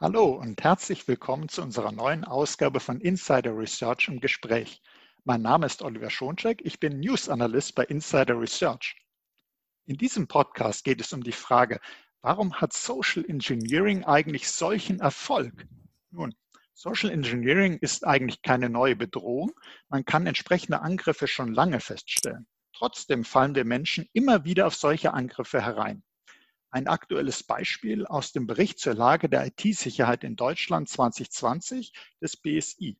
Hallo und herzlich willkommen zu unserer neuen Ausgabe von Insider Research im Gespräch. Mein Name ist Oliver Schoncheck, ich bin News Analyst bei Insider Research. In diesem Podcast geht es um die Frage, warum hat Social Engineering eigentlich solchen Erfolg? Nun, Social Engineering ist eigentlich keine neue Bedrohung, man kann entsprechende Angriffe schon lange feststellen. Trotzdem fallen wir Menschen immer wieder auf solche Angriffe herein. Ein aktuelles Beispiel aus dem Bericht zur Lage der IT-Sicherheit in Deutschland 2020 des BSI.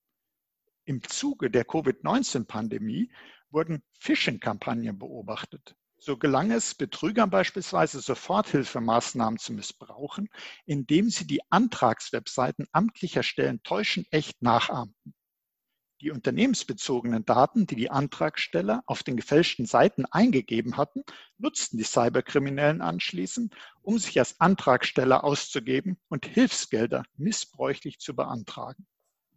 Im Zuge der Covid-19-Pandemie wurden Phishing-Kampagnen beobachtet. So gelang es Betrügern beispielsweise, Soforthilfemaßnahmen zu missbrauchen, indem sie die Antragswebseiten amtlicher Stellen täuschend echt nachahmten. Die unternehmensbezogenen Daten, die die Antragsteller auf den gefälschten Seiten eingegeben hatten, nutzten die Cyberkriminellen anschließend, um sich als Antragsteller auszugeben und Hilfsgelder missbräuchlich zu beantragen.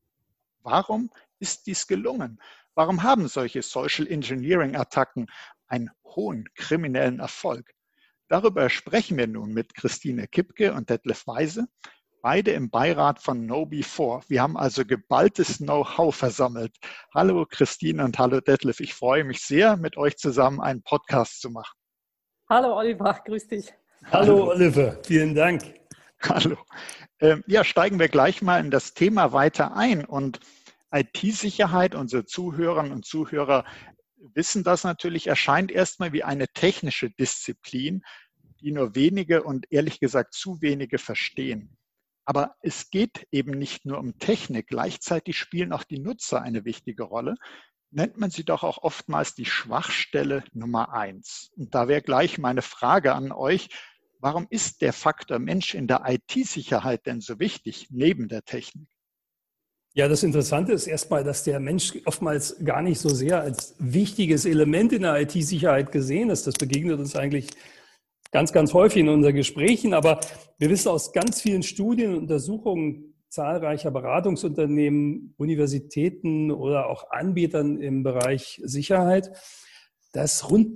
Warum ist dies gelungen? Warum haben solche Social Engineering-Attacken einen hohen kriminellen Erfolg? Darüber sprechen wir nun mit Christine Kipke und Detlef Weise, beide im Beirat von KnowBe4. Wir haben also geballtes Know-how versammelt. Hallo Christine und hallo Detlef. Ich freue mich sehr, mit euch zusammen einen Podcast zu machen. Hallo Oliver, grüß dich. Hallo Oliver, vielen Dank. Hallo. Ja, steigen wir gleich mal in das Thema weiter ein. Und IT-Sicherheit, unsere Zuhörerinnen und Zuhörer wissen das natürlich, erscheint erstmal wie eine technische Disziplin, die nur wenige und ehrlich gesagt zu wenige verstehen. Aber es geht eben nicht nur um Technik, gleichzeitig spielen auch die Nutzer eine wichtige Rolle. Nennt man sie doch auch oftmals die Schwachstelle Nummer 1. Und da wäre gleich meine Frage an euch, warum ist der Faktor Mensch in der IT-Sicherheit denn so wichtig, neben der Technik? Ja, das Interessante ist erstmal, dass der Mensch oftmals gar nicht so sehr als wichtiges Element in der IT-Sicherheit gesehen ist. Das begegnet uns eigentlich ganz, ganz häufig in unseren Gesprächen. Aber wir wissen aus ganz vielen Studien und Untersuchungen zahlreicher Beratungsunternehmen, Universitäten oder auch Anbietern im Bereich Sicherheit, dass rund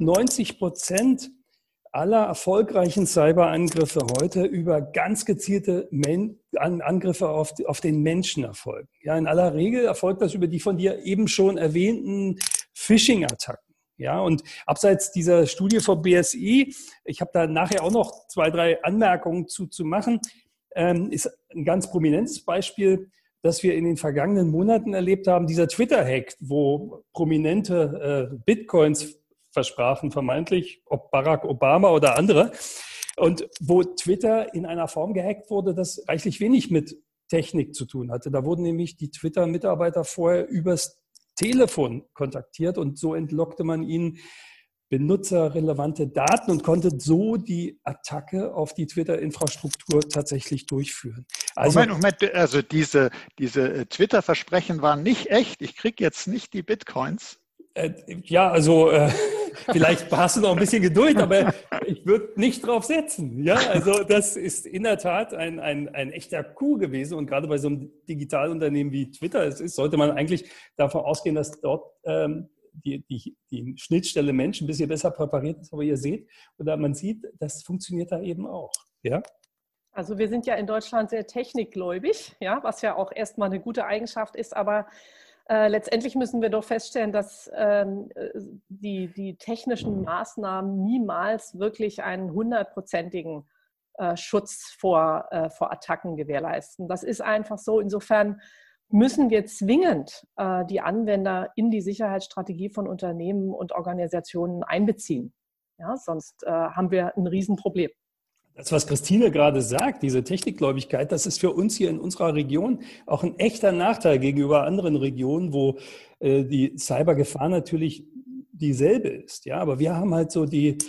90% aller erfolgreichen Cyberangriffe heute über ganz gezielte Angriffe auf den Menschen erfolgen. Ja, in aller Regel erfolgt das über die von dir eben schon erwähnten Phishing-Attacken. Ja, und abseits dieser Studie vom BSI, ich habe da nachher auch noch 2, 3 Anmerkungen zu machen, ist ein ganz prominentes Beispiel, das wir in den vergangenen Monaten erlebt haben, dieser Twitter-Hack, wo prominente Bitcoins versprachen, vermeintlich, ob Barack Obama oder andere, und wo Twitter in einer Form gehackt wurde, das reichlich wenig mit Technik zu tun hatte. Da wurden nämlich die Twitter-Mitarbeiter vorher übers Telefon kontaktiert und so entlockte man ihnen benutzerrelevante Daten und konnte so die Attacke auf die Twitter-Infrastruktur tatsächlich durchführen. Moment, also diese Twitter-Versprechen waren nicht echt. Ich kriege jetzt nicht die Bitcoins. Vielleicht hast du noch ein bisschen Geduld, aber ich würde nicht drauf setzen. Ja, also das ist in der Tat ein echter Coup gewesen. Und gerade bei so einem Digitalunternehmen wie Twitter es ist, sollte man eigentlich davon ausgehen, dass dort die Schnittstelle Mensch ein bisschen besser präpariert ist. Aber ihr seht, oder man sieht, das funktioniert da eben auch. Ja? Also wir sind ja in Deutschland sehr technikgläubig, ja, was ja auch erstmal eine gute Eigenschaft ist, aber letztendlich müssen wir doch feststellen, dass die technischen Maßnahmen niemals wirklich einen 100%igen Schutz vor Attacken gewährleisten. Das ist einfach so. Insofern müssen wir zwingend die Anwender in die Sicherheitsstrategie von Unternehmen und Organisationen einbeziehen. Ja, sonst haben wir ein Riesenproblem. Das, was Christine gerade sagt, diese Technikgläubigkeit, das ist für uns hier in unserer Region auch ein echter Nachteil gegenüber anderen Regionen, wo die Cybergefahr natürlich dieselbe ist. Ja, aber wir haben halt so diese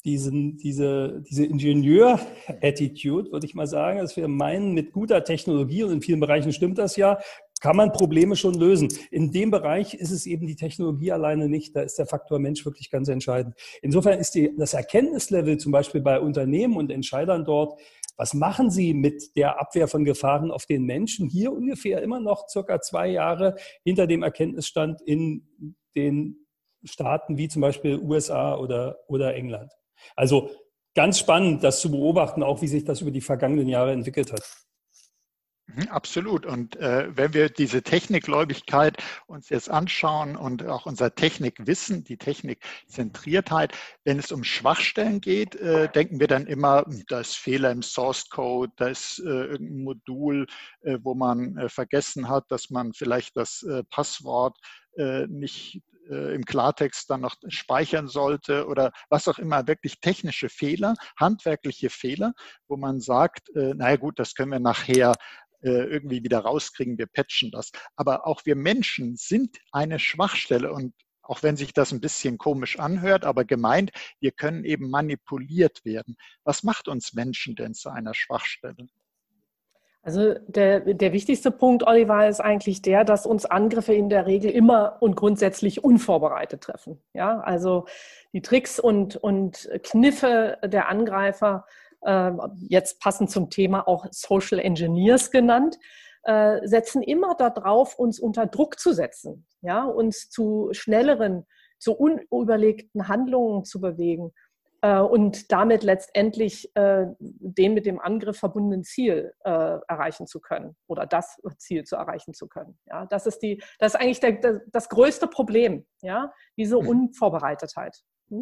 Ingenieur-Attitude, würde ich mal sagen, dass wir meinen, mit guter Technologie, und in vielen Bereichen stimmt das ja, kann man Probleme schon lösen. In dem Bereich ist es eben die Technologie alleine nicht. Da ist der Faktor Mensch wirklich ganz entscheidend. Insofern ist das Erkenntnislevel zum Beispiel bei Unternehmen und Entscheidern dort, was machen sie mit der Abwehr von Gefahren auf den Menschen, hier ungefähr immer noch circa 2 Jahre hinter dem Erkenntnisstand in den Staaten wie zum Beispiel USA oder England. Also ganz spannend, das zu beobachten, auch wie sich das über die vergangenen Jahre entwickelt hat. Absolut. Und wenn wir diese Technikgläubigkeit uns jetzt anschauen und auch unser Technikwissen, die Technikzentriertheit, wenn es um Schwachstellen geht, denken wir dann immer, da ist Fehler im Source Code, da ist irgendein Modul, wo man vergessen hat, dass man vielleicht das Passwort nicht im Klartext dann noch speichern sollte oder was auch immer, wirklich technische Fehler, handwerkliche Fehler, wo man sagt, naja gut, das können wir nachher irgendwie wieder rauskriegen, wir patchen das. Aber auch wir Menschen sind eine Schwachstelle und auch wenn sich das ein bisschen komisch anhört, aber gemeint, wir können eben manipuliert werden. Was macht uns Menschen denn zu einer Schwachstelle? Also der wichtigste Punkt, Oliver, ist eigentlich der, dass uns Angriffe in der Regel immer und grundsätzlich unvorbereitet treffen. Ja, also die Tricks und Kniffe der Angreifer, jetzt passend zum Thema auch Social Engineers genannt, setzen immer darauf, uns unter Druck zu setzen, ja, uns zu schnelleren, zu unüberlegten Handlungen zu bewegen. Und damit letztendlich den mit dem Angriff verbundenen Ziel erreichen zu können oder das Ziel zu erreichen zu können. Ja, das ist eigentlich das größte Problem, ja, diese Unvorbereitetheit.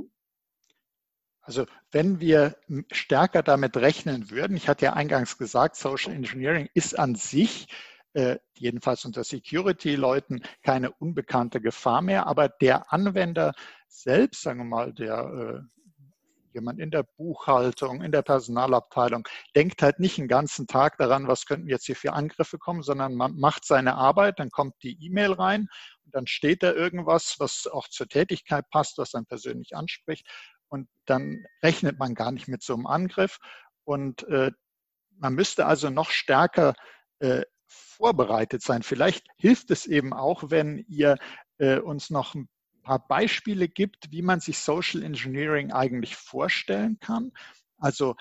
Also wenn wir stärker damit rechnen würden, ich hatte ja eingangs gesagt, Social Engineering ist an sich, jedenfalls unter Security-Leuten, keine unbekannte Gefahr mehr, aber der Anwender selbst, sagen wir mal, der jemand in der Buchhaltung, in der Personalabteilung, denkt halt nicht den ganzen Tag daran, was könnten jetzt hier für Angriffe kommen, sondern man macht seine Arbeit, dann kommt die E-Mail rein und dann steht da irgendwas, was auch zur Tätigkeit passt, was dann persönlich anspricht und dann rechnet man gar nicht mit so einem Angriff und man müsste also noch stärker vorbereitet sein. Vielleicht hilft es eben auch, wenn ihr uns noch ein paar Beispiele gibt, wie man sich Social Engineering eigentlich vorstellen kann. Also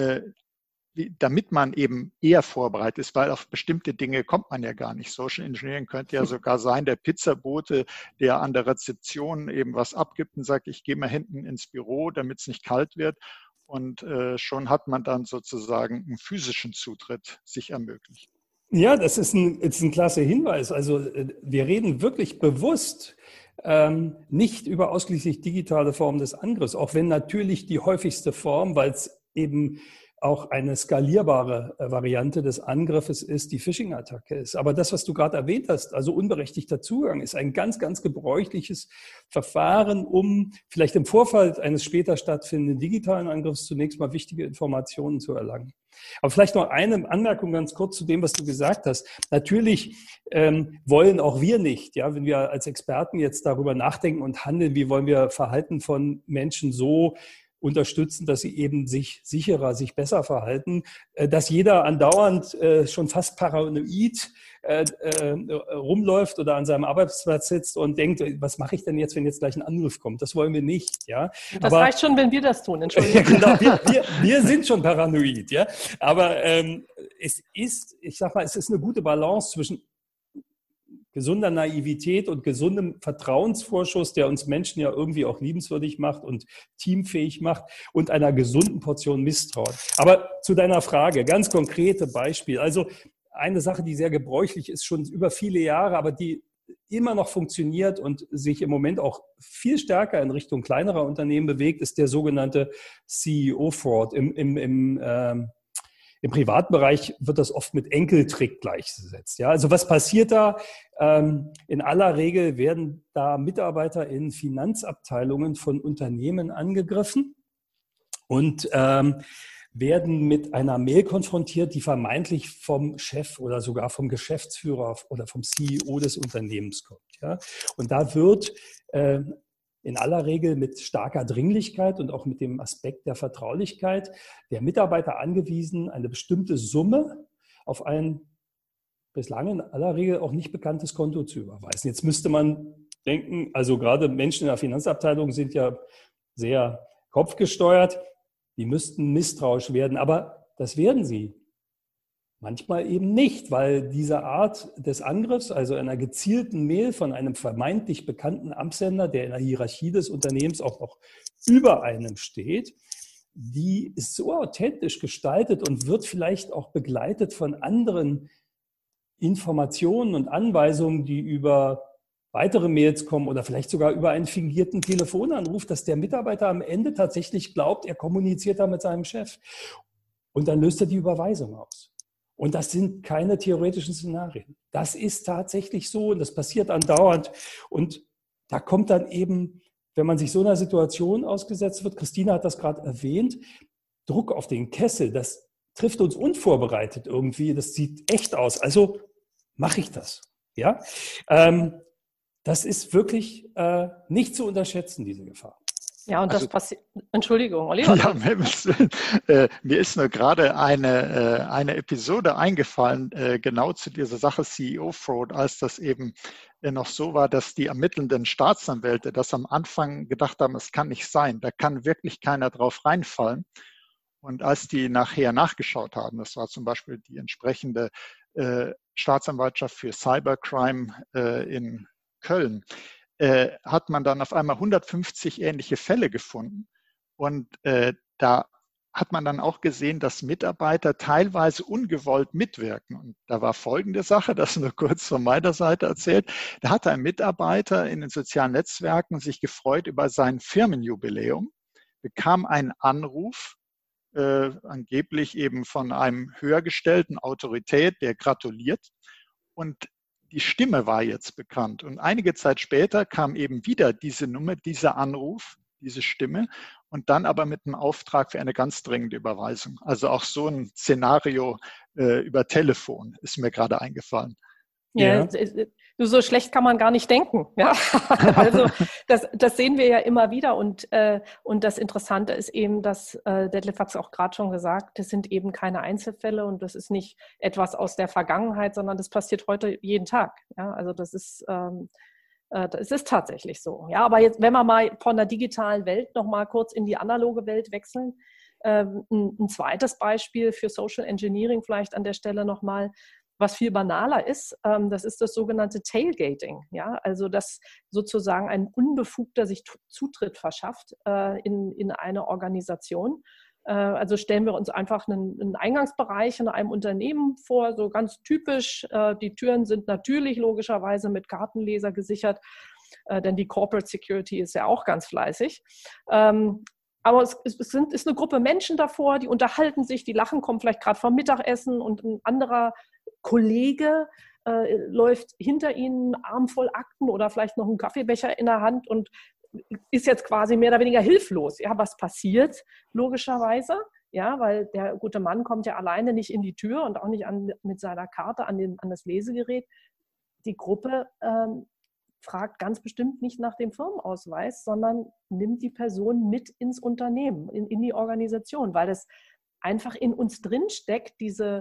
damit man eben eher vorbereitet ist, weil auf bestimmte Dinge kommt man ja gar nicht. Social Engineering könnte ja sogar sein, der Pizzabote, der an der Rezeption eben was abgibt und sagt, ich gehe mal hinten ins Büro, damit es nicht kalt wird. Und schon hat man dann sozusagen einen physischen Zutritt sich ermöglicht. Ja, das ist ein klasse Hinweis. Also wir reden wirklich bewusst nicht über ausschließlich digitale Formen des Angriffs, auch wenn natürlich die häufigste Form, weil es eben auch eine skalierbare Variante des Angriffes ist, die Phishing-Attacke ist. Aber das, was du gerade erwähnt hast, also unberechtigter Zugang, ist ein ganz, ganz gebräuchliches Verfahren, um vielleicht im Vorfeld eines später stattfindenden digitalen Angriffs zunächst mal wichtige Informationen zu erlangen. Aber vielleicht noch eine Anmerkung ganz kurz zu dem, was du gesagt hast. Natürlich wollen auch wir nicht, ja, wenn wir als Experten jetzt darüber nachdenken und handeln, wie wollen wir Verhalten von Menschen so unterstützen, dass sie eben sich sicherer, sich besser verhalten, dass jeder andauernd schon fast paranoid rumläuft oder an seinem Arbeitsplatz sitzt und denkt, was mache ich denn jetzt, wenn jetzt gleich ein Angriff kommt? Das wollen wir nicht. Ja? Das reicht schon, wenn wir das tun, Entschuldigung. Ja, genau, wir sind schon paranoid. Ja? Aber es ist eine gute Balance zwischen gesunder Naivität und gesundem Vertrauensvorschuss, der uns Menschen ja irgendwie auch liebenswürdig macht und teamfähig macht und einer gesunden Portion Misstrauen. Aber zu deiner Frage, ganz konkrete Beispiel. Also eine Sache, die sehr gebräuchlich ist, schon über viele Jahre, aber die immer noch funktioniert und sich im Moment auch viel stärker in Richtung kleinerer Unternehmen bewegt, ist der sogenannte CEO-Fraud. Im privaten Bereich wird das oft mit Enkeltrick gleichgesetzt. Ja, also was passiert da? In aller Regel werden da Mitarbeiter in Finanzabteilungen von Unternehmen angegriffen und werden mit einer Mail konfrontiert, die vermeintlich vom Chef oder sogar vom Geschäftsführer oder vom CEO des Unternehmens kommt. Ja? Und da wird in aller Regel mit starker Dringlichkeit und auch mit dem Aspekt der Vertraulichkeit der Mitarbeiter angewiesen, eine bestimmte Summe auf ein bislang in aller Regel auch nicht bekanntes Konto zu überweisen. Jetzt müsste man denken, also gerade Menschen in der Finanzabteilung sind ja sehr kopfgesteuert, die müssten misstrauisch werden, aber das werden sie. Manchmal eben nicht, weil diese Art des Angriffs, also einer gezielten Mail von einem vermeintlich bekannten Absender, der in der Hierarchie des Unternehmens auch noch über einem steht, die ist so authentisch gestaltet und wird vielleicht auch begleitet von anderen Informationen und Anweisungen, die über weitere Mails kommen oder vielleicht sogar über einen fingierten Telefonanruf, dass der Mitarbeiter am Ende tatsächlich glaubt, er kommuniziert da mit seinem Chef. Und dann löst er die Überweisung aus. Und das sind keine theoretischen Szenarien. Das ist tatsächlich so und das passiert andauernd. Und da kommt dann eben, wenn man sich so einer Situation ausgesetzt wird, Christina hat das gerade erwähnt, Druck auf den Kessel, das trifft uns unvorbereitet irgendwie, das sieht echt aus. Also mache ich das. Ja? Das ist wirklich nicht zu unterschätzen, diese Gefahr. Ja, und das passiert. Entschuldigung, Oliver. Ja, mir ist nur gerade eine Episode eingefallen, genau zu dieser Sache CEO-Fraud, als das eben noch so war, dass die ermittelnden Staatsanwälte das am Anfang gedacht haben, es kann nicht sein, da kann wirklich keiner drauf reinfallen. Und als die nachher nachgeschaut haben, das war zum Beispiel die entsprechende Staatsanwaltschaft für Cybercrime in Köln, hat man dann auf einmal 150 ähnliche Fälle gefunden. Und da hat man dann auch gesehen, dass Mitarbeiter teilweise ungewollt mitwirken. Und da war folgende Sache, das nur kurz von meiner Seite erzählt. Da hatte ein Mitarbeiter in den sozialen Netzwerken sich gefreut über sein Firmenjubiläum, bekam einen Anruf, angeblich eben von einem höhergestellten Autorität, der gratuliert. Und die Stimme war jetzt bekannt. Und einige Zeit später kam eben wieder diese Nummer, dieser Anruf, diese Stimme und dann aber mit einem Auftrag für eine ganz dringende Überweisung. Also auch so ein Szenario über Telefon ist mir gerade eingefallen. Ja, so schlecht kann man gar nicht denken. Ja? Also das sehen wir ja immer wieder und das Interessante ist eben, dass Detlef hat es auch gerade schon gesagt, das sind eben keine Einzelfälle und das ist nicht etwas aus der Vergangenheit, sondern das passiert heute jeden Tag. Ja? Also das ist tatsächlich so. Ja, aber jetzt, wenn wir mal von der digitalen Welt noch mal kurz in die analoge Welt wechseln, ein zweites Beispiel für Social Engineering vielleicht an der Stelle noch mal, was viel banaler ist, das ist das sogenannte Tailgating. Ja? Also dass sozusagen ein Unbefugter sich Zutritt verschafft in eine Organisation. Also stellen wir uns einfach einen Eingangsbereich in einem Unternehmen vor, so ganz typisch. Die Türen sind natürlich logischerweise mit Kartenleser gesichert, denn die Corporate Security ist ja auch ganz fleißig. Aber es ist eine Gruppe Menschen davor, die unterhalten sich, die lachen, kommen vielleicht gerade vom Mittagessen und ein anderer Kollege läuft hinter ihnen, Arm voll Akten oder vielleicht noch einen Kaffeebecher in der Hand und ist jetzt quasi mehr oder weniger hilflos. Ja, was passiert logischerweise? Ja, weil der gute Mann kommt ja alleine nicht in die Tür und auch nicht mit seiner Karte an das Lesegerät. Die Gruppe fragt ganz bestimmt nicht nach dem Firmenausweis, sondern nimmt die Person mit ins Unternehmen, in die Organisation, weil das einfach in uns drin steckt, diese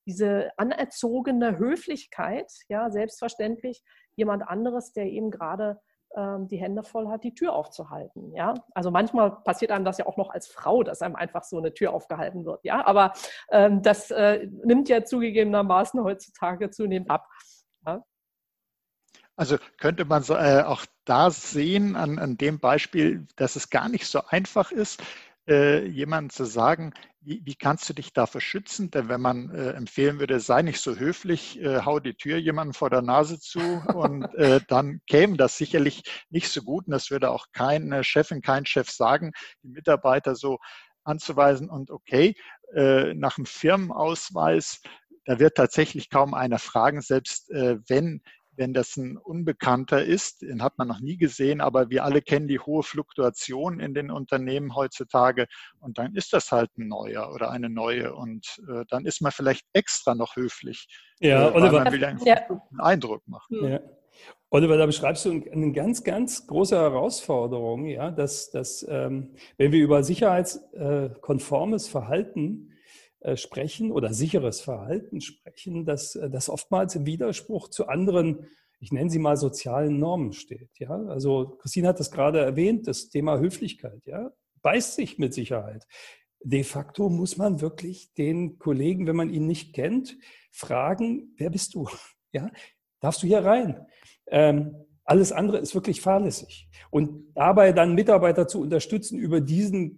anerzogene Höflichkeit, ja, selbstverständlich jemand anderes, der eben gerade die Hände voll hat, die Tür aufzuhalten. Ja? Also manchmal passiert einem das ja auch noch als Frau, dass einem einfach so eine Tür aufgehalten wird. Ja? Aber das nimmt ja zugegebenermaßen heutzutage zunehmend ab. Ja? Also könnte man auch da sehen an dem Beispiel, dass es gar nicht so einfach ist, jemandem zu sagen, wie kannst du dich davor schützen? Denn wenn man empfehlen würde, sei nicht so höflich, hau die Tür jemandem vor der Nase zu und dann käme das sicherlich nicht so gut und das würde auch keine Chefin, kein Chef sagen, die Mitarbeiter so anzuweisen und okay, nach dem Firmenausweis, da wird tatsächlich kaum einer fragen, selbst wenn das ein Unbekannter ist, den hat man noch nie gesehen, aber wir alle kennen die hohe Fluktuation in den Unternehmen heutzutage und dann ist das halt ein Neuer oder eine Neue und dann ist man vielleicht extra noch höflich, ja, weil man will einen guten Eindruck machen. Ja. Oliver, da beschreibst du eine ganz, ganz große Herausforderung, ja, dass wenn wir über sicherheitskonformes Verhalten sprechen oder sicheres Verhalten sprechen, dass das oftmals im Widerspruch zu anderen, ich nenne sie mal sozialen Normen steht. Ja? Also Christine hat das gerade erwähnt, das Thema Höflichkeit, ja, beißt sich mit Sicherheit. De facto muss man wirklich den Kollegen, wenn man ihn nicht kennt, fragen, wer bist du? Ja? Darfst du hier rein? Alles andere ist wirklich fahrlässig. Und dabei dann Mitarbeiter zu unterstützen, über diesen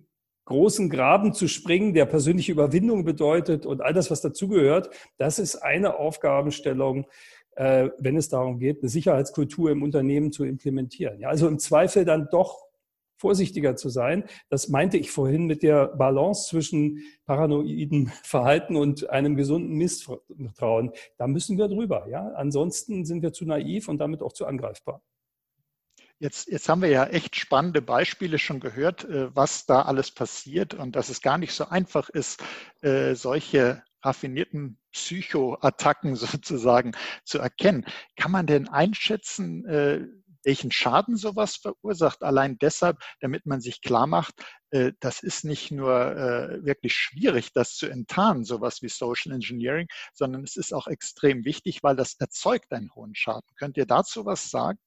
großen Graben zu springen, der persönliche Überwindung bedeutet und all das, was dazugehört, das ist eine Aufgabenstellung, wenn es darum geht, eine Sicherheitskultur im Unternehmen zu implementieren. Ja, also im Zweifel dann doch vorsichtiger zu sein. Das meinte ich vorhin mit der Balance zwischen paranoidem Verhalten und einem gesunden Misstrauen. Da müssen wir drüber. Ja? Ansonsten sind wir zu naiv und damit auch zu angreifbar. Jetzt haben wir ja echt spannende Beispiele schon gehört, was da alles passiert und dass es gar nicht so einfach ist, solche raffinierten Psychoattacken sozusagen zu erkennen. Kann man denn einschätzen, welchen Schaden sowas verursacht? Allein deshalb, damit man sich klar macht, das ist nicht nur wirklich schwierig, das zu enttarnen, sowas wie Social Engineering, sondern es ist auch extrem wichtig, weil das erzeugt einen hohen Schaden. Könnt ihr dazu was sagen?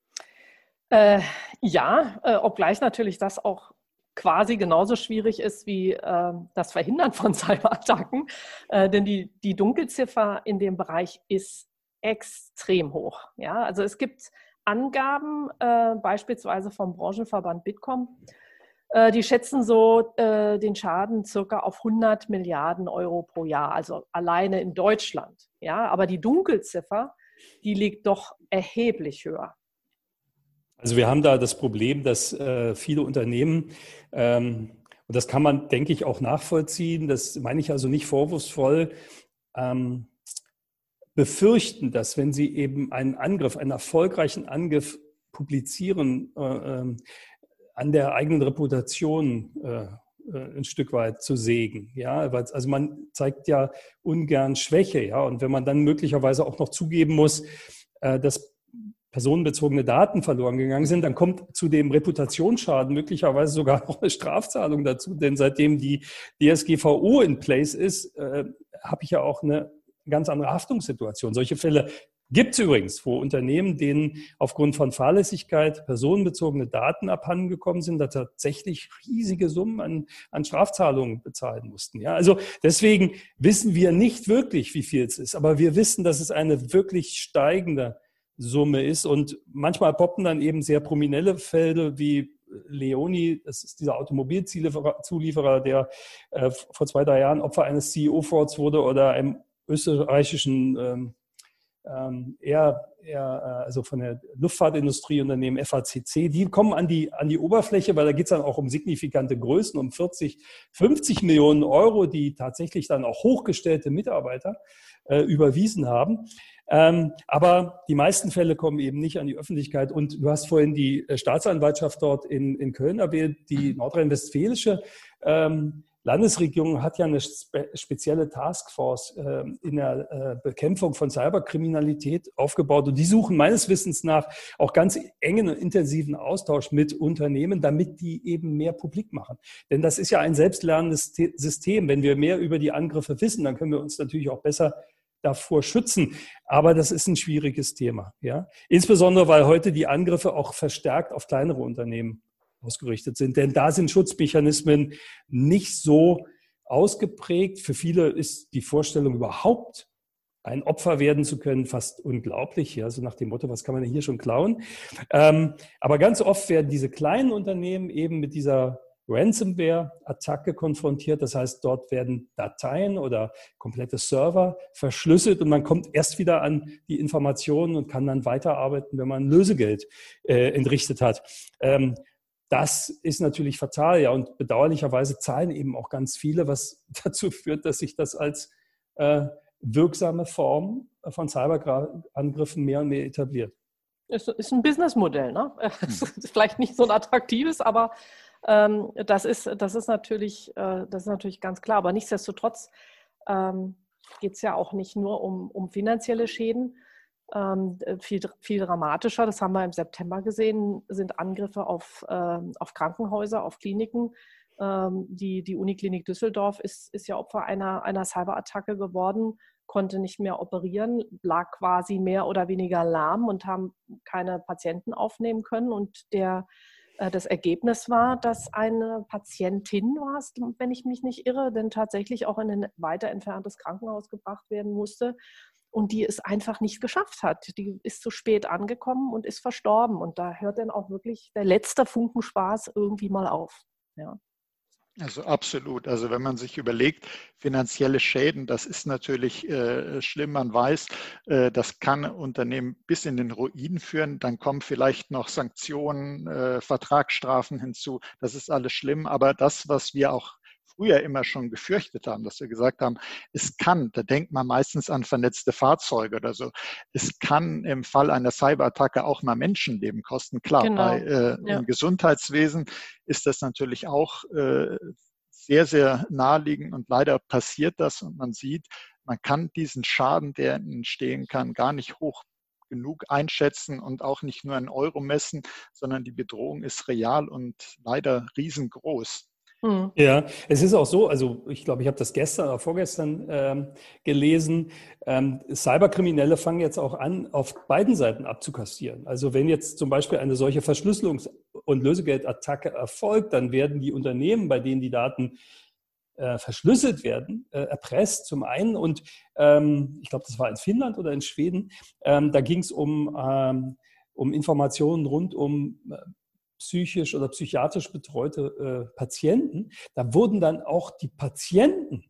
Obgleich natürlich das auch quasi genauso schwierig ist wie das Verhindern von Cyberattacken. Denn die Dunkelziffer in dem Bereich ist extrem hoch. Ja? Also es gibt Angaben, beispielsweise vom Branchenverband Bitkom, die schätzen so den Schaden circa auf 100 Milliarden Euro pro Jahr, also alleine in Deutschland. Ja? Aber die Dunkelziffer, die liegt doch erheblich höher. Also wir haben da das Problem, dass viele Unternehmen, und das kann man, denke ich, auch nachvollziehen, das meine ich also nicht vorwurfsvoll, befürchten, dass wenn sie eben einen erfolgreichen Angriff publizieren, an der eigenen Reputation ein Stück weit zu sägen. Ja? Also man zeigt ja ungern Schwäche. Ja? Und wenn man dann möglicherweise auch noch zugeben muss, dass personenbezogene Daten verloren gegangen sind, dann kommt zu dem Reputationsschaden möglicherweise sogar noch eine Strafzahlung dazu. Denn seitdem die DSGVO in place ist, habe ich ja auch eine ganz andere Haftungssituation. Solche Fälle gibt es übrigens, wo Unternehmen, denen aufgrund von Fahrlässigkeit personenbezogene Daten abhandengekommen sind, da tatsächlich riesige Summen an Strafzahlungen bezahlen mussten. Ja, also deswegen wissen wir nicht wirklich, wie viel es ist, aber wir wissen, dass es eine wirklich steigende Summe ist. Und manchmal poppen dann eben sehr prominente Fälle wie Leoni, das ist dieser Automobilzulieferer, der vor 2-3 Jahren Opfer eines CEO-Frauds wurde, oder einem österreichischen also von der Luftfahrtindustrieunternehmen FACC, die kommen an die Oberfläche, weil da geht es dann auch um signifikante Größen, um 40, 50 Millionen Euro, die tatsächlich dann auch hochgestellte Mitarbeiter überwiesen haben. Aber die meisten Fälle kommen eben nicht an die Öffentlichkeit. Und du hast vorhin die Staatsanwaltschaft dort in Köln erwähnt, die nordrhein-westfälische Landesregierung hat ja eine spezielle Taskforce in der Bekämpfung von Cyberkriminalität aufgebaut. Und die suchen meines Wissens nach auch ganz engen und intensiven Austausch mit Unternehmen, damit die eben mehr publik machen. Denn das ist ja ein selbstlernendes System. Wenn wir mehr über die Angriffe wissen, dann können wir uns natürlich auch besser davor schützen. Aber das ist ein schwieriges Thema. Ja? Insbesondere, weil heute die Angriffe auch verstärkt auf kleinere Unternehmen ausgerichtet sind. Denn da sind Schutzmechanismen nicht so ausgeprägt. Für viele ist die Vorstellung, überhaupt ein Opfer werden zu können, fast unglaublich. Ja, so nach dem Motto, was kann man denn hier schon klauen? Aber ganz oft werden diese kleinen Unternehmen eben mit dieser Ransomware-Attacke konfrontiert. Das heißt, dort werden Dateien oder komplette Server verschlüsselt und man kommt erst wieder an die Informationen und kann dann weiterarbeiten, wenn man Lösegeld entrichtet hat. Das ist natürlich fatal, ja, und bedauerlicherweise zahlen eben auch ganz viele, was dazu führt, dass sich das als wirksame Form von Cyberangriffen mehr und mehr etabliert. Ist ein Businessmodell, ne? Ist vielleicht nicht so ein attraktives, aber das ist natürlich ganz klar. Aber nichtsdestotrotz geht es ja auch nicht nur um finanzielle Schäden. Viel dramatischer, das haben wir im September gesehen, sind Angriffe auf Krankenhäuser, auf Kliniken. Die Uniklinik Düsseldorf ist ja Opfer einer Cyberattacke geworden, konnte nicht mehr operieren, lag quasi mehr oder weniger lahm und haben keine Patienten aufnehmen können. Und das Ergebnis war, dass eine Patientin war es, wenn ich mich nicht irre, denn tatsächlich auch in ein weiter entferntes Krankenhaus gebracht werden musste und die es einfach nicht geschafft hat. Die ist zu spät angekommen und ist verstorben. Und da hört dann auch wirklich der letzte Funken Spaß irgendwie mal auf. Ja. Also absolut. Also wenn man sich überlegt, finanzielle Schäden, das ist natürlich schlimm. Man weiß, das kann Unternehmen bis in den Ruin führen. Dann kommen vielleicht noch Sanktionen, Vertragsstrafen hinzu. Das ist alles schlimm. Aber das, was wir auch früher immer schon gefürchtet haben, dass wir gesagt haben, es kann, da denkt man meistens an vernetzte Fahrzeuge oder so, es kann im Fall einer Cyberattacke auch mal Menschenleben kosten. Klar, Genau. im Ja. Gesundheitswesen ist das natürlich auch sehr, sehr naheliegend und leider passiert das und man sieht, man kann diesen Schaden, der entstehen kann, gar nicht hoch genug einschätzen und auch nicht nur in Euro messen, sondern die Bedrohung ist real und leider riesengroß. Hm. Ja, es ist auch so, also ich glaube, ich habe das gestern oder vorgestern gelesen, Cyberkriminelle fangen jetzt auch an, auf beiden Seiten abzukassieren. Also wenn jetzt zum Beispiel eine solche Verschlüsselungs- und Lösegeldattacke erfolgt, dann werden die Unternehmen, bei denen die Daten verschlüsselt werden, erpresst zum einen. Und ich glaube, das war in Finnland oder in Schweden, da ging es um Informationen rund um psychisch oder psychiatrisch betreute Patienten. Da wurden dann auch die Patienten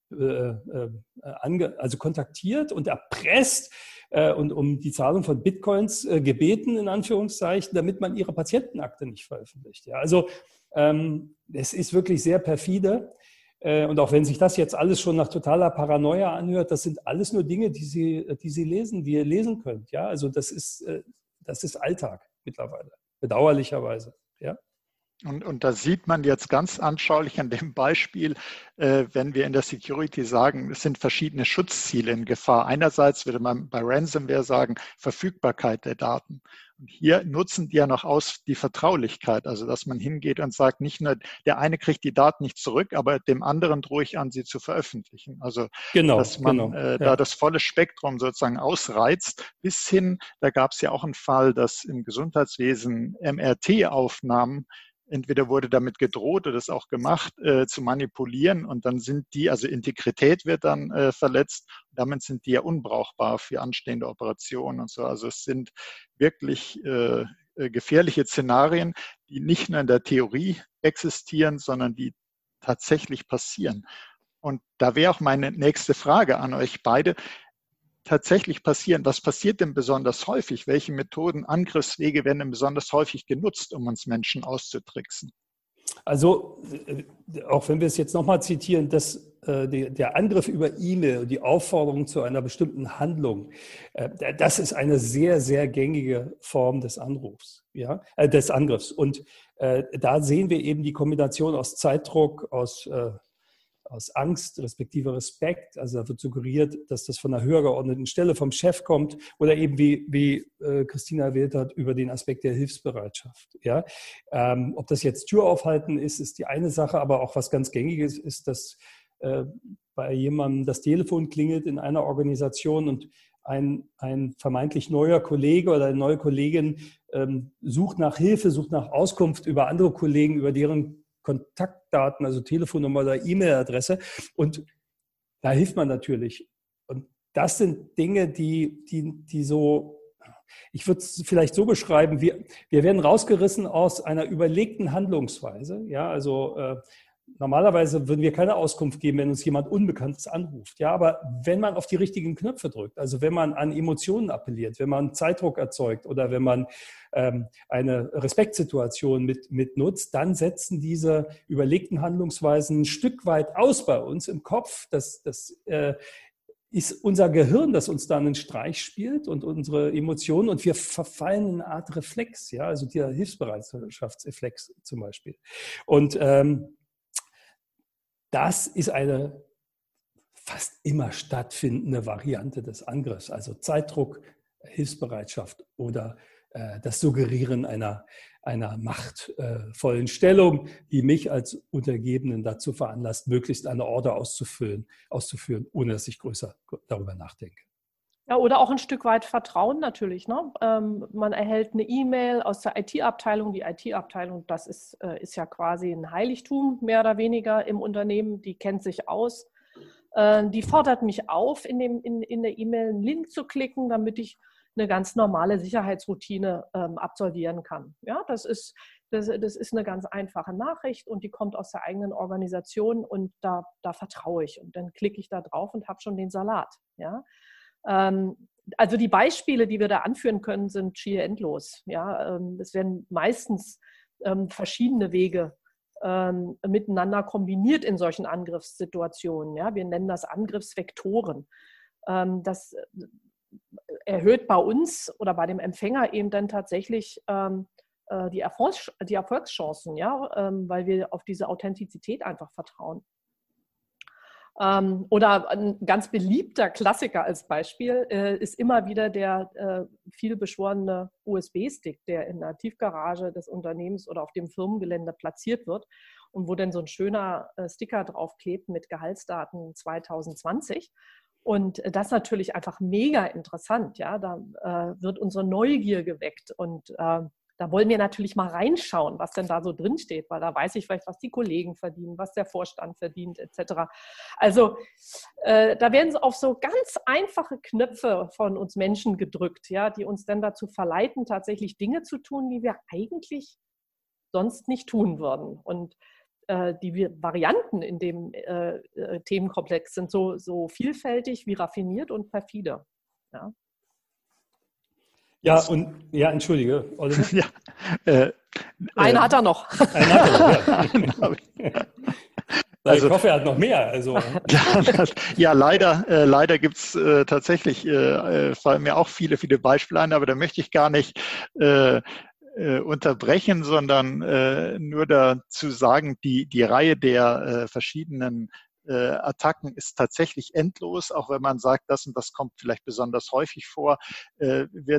also kontaktiert und erpresst und um die Zahlung von Bitcoins gebeten, in Anführungszeichen, damit man ihre Patientenakte nicht veröffentlicht. Ja, also es ist wirklich sehr perfide. Und auch wenn sich das jetzt alles schon nach totaler Paranoia anhört, das sind alles nur Dinge, die Sie lesen, die ihr lesen könnt. Ja, also das ist Alltag mittlerweile, bedauerlicherweise. Ja. Und da sieht man jetzt ganz anschaulich an dem Beispiel, wenn wir in der Security sagen, es sind verschiedene Schutzziele in Gefahr. Einerseits würde man bei Ransomware sagen, Verfügbarkeit der Daten. Und hier nutzen die ja noch aus die Vertraulichkeit, also dass man hingeht und sagt, nicht nur der eine kriegt die Daten nicht zurück, aber dem anderen drohe ich an, sie zu veröffentlichen. Also dass man Genau. da Ja. das volle Spektrum sozusagen ausreizt, bis hin, da gab es ja auch einen Fall, dass im Gesundheitswesen MRT-Aufnahmen entweder wurde damit gedroht oder es auch gemacht, zu manipulieren und dann sind die, also Integrität wird dann verletzt, damit sind die ja unbrauchbar für anstehende Operationen und so. Also es sind wirklich gefährliche Szenarien, die nicht nur in der Theorie existieren, sondern die tatsächlich passieren. Und da wäre auch meine nächste Frage an euch beide tatsächlich passieren? Was passiert denn besonders häufig? Welche Methoden, Angriffswege werden denn besonders häufig genutzt, um uns Menschen auszutricksen? Also, auch wenn wir es jetzt nochmal zitieren, der Angriff über E-Mail und die Aufforderung zu einer bestimmten Handlung, das ist eine sehr, sehr gängige Form des Anrufs, ja, des Angriffs. Und da sehen wir eben die Kombination aus Zeitdruck, aus Angst respektive Respekt. Also da wird suggeriert, dass das von einer höher geordneten Stelle vom Chef kommt oder eben, wie Christina erwähnt hat, über den Aspekt der Hilfsbereitschaft. Ja? Ob das jetzt Tür aufhalten ist die eine Sache, aber auch was ganz Gängiges ist, dass bei jemandem das Telefon klingelt in einer Organisation und ein vermeintlich neuer Kollege oder eine neue Kollegin sucht nach Hilfe, sucht nach Auskunft über andere Kollegen, über deren Kontaktdaten, also Telefonnummer oder E-Mail-Adresse. Und da hilft man natürlich. Und das sind Dinge, die so, ich würde es vielleicht so beschreiben, wir werden rausgerissen aus einer überlegten Handlungsweise. Ja, also normalerweise würden wir keine Auskunft geben, wenn uns jemand Unbekanntes anruft. Ja, aber wenn man auf die richtigen Knöpfe drückt, also wenn man an Emotionen appelliert, wenn man Zeitdruck erzeugt oder wenn man eine Respektsituation mit nutzt, dann setzen diese überlegten Handlungsweisen ein Stück weit aus bei uns im Kopf. Das ist unser Gehirn, das uns da einen Streich spielt und unsere Emotionen und wir verfallen in eine Art Reflex, ja, also der Hilfsbereitschaftsreflex zum Beispiel. Und das ist eine fast immer stattfindende Variante des Angriffs, also Zeitdruck, Hilfsbereitschaft oder das Suggerieren einer machtvollen Stellung, die mich als Untergebenen dazu veranlasst, möglichst eine Order auszuführen, ohne dass ich größer darüber nachdenke. Ja, oder auch ein Stück weit Vertrauen natürlich. Ne? Man erhält eine E-Mail aus der IT-Abteilung. Die IT-Abteilung, das ist ja quasi ein Heiligtum, mehr oder weniger im Unternehmen. Die kennt sich aus. Die fordert mich auf, in der E-Mail einen Link zu klicken, damit ich eine ganz normale Sicherheitsroutine absolvieren kann. Ja, das ist Das ist eine ganz einfache Nachricht und die kommt aus der eigenen Organisation und da vertraue ich. Und dann klicke ich da drauf und habe schon den Salat. Ja? Also die Beispiele, die wir da anführen können, sind schier endlos. Ja? Es werden meistens verschiedene Wege miteinander kombiniert in solchen Angriffssituationen. Ja? Wir nennen das Angriffsvektoren. Das erhöht bei uns oder bei dem Empfänger eben dann tatsächlich die Erfolgschancen, ja? Weil wir auf diese Authentizität einfach vertrauen. Oder ein ganz beliebter Klassiker als Beispiel ist immer wieder der viel beschworene USB-Stick, der in der Tiefgarage des Unternehmens oder auf dem Firmengelände platziert wird und wo dann so ein schöner Sticker draufklebt mit Gehaltsdaten 2020. Und das ist natürlich einfach mega interessant. Ja? Da wird unsere Neugier geweckt und da wollen wir natürlich mal reinschauen, was denn da so drin steht, weil da weiß ich vielleicht, was die Kollegen verdienen, was der Vorstand verdient, etc. Also da werden auf so ganz einfache Knöpfe von uns Menschen gedrückt, ja, die uns dann dazu verleiten, tatsächlich Dinge zu tun, die wir eigentlich sonst nicht tun würden. Und die Varianten in dem Themenkomplex sind so vielfältig wie raffiniert und perfide. Ja. Ja, und ja, entschuldige, Oliver. Ja, einen hat er noch. Einen hat er noch, ja. Also, ich hoffe, er hat noch mehr. Also. Ja, leider gibt es tatsächlich, fallen mir auch viele Beispiele ein, aber da möchte ich gar nicht unterbrechen, sondern nur dazu sagen, die Reihe der verschiedenen Attacken ist tatsächlich endlos, auch wenn man sagt, das und das kommt vielleicht besonders häufig vor, wird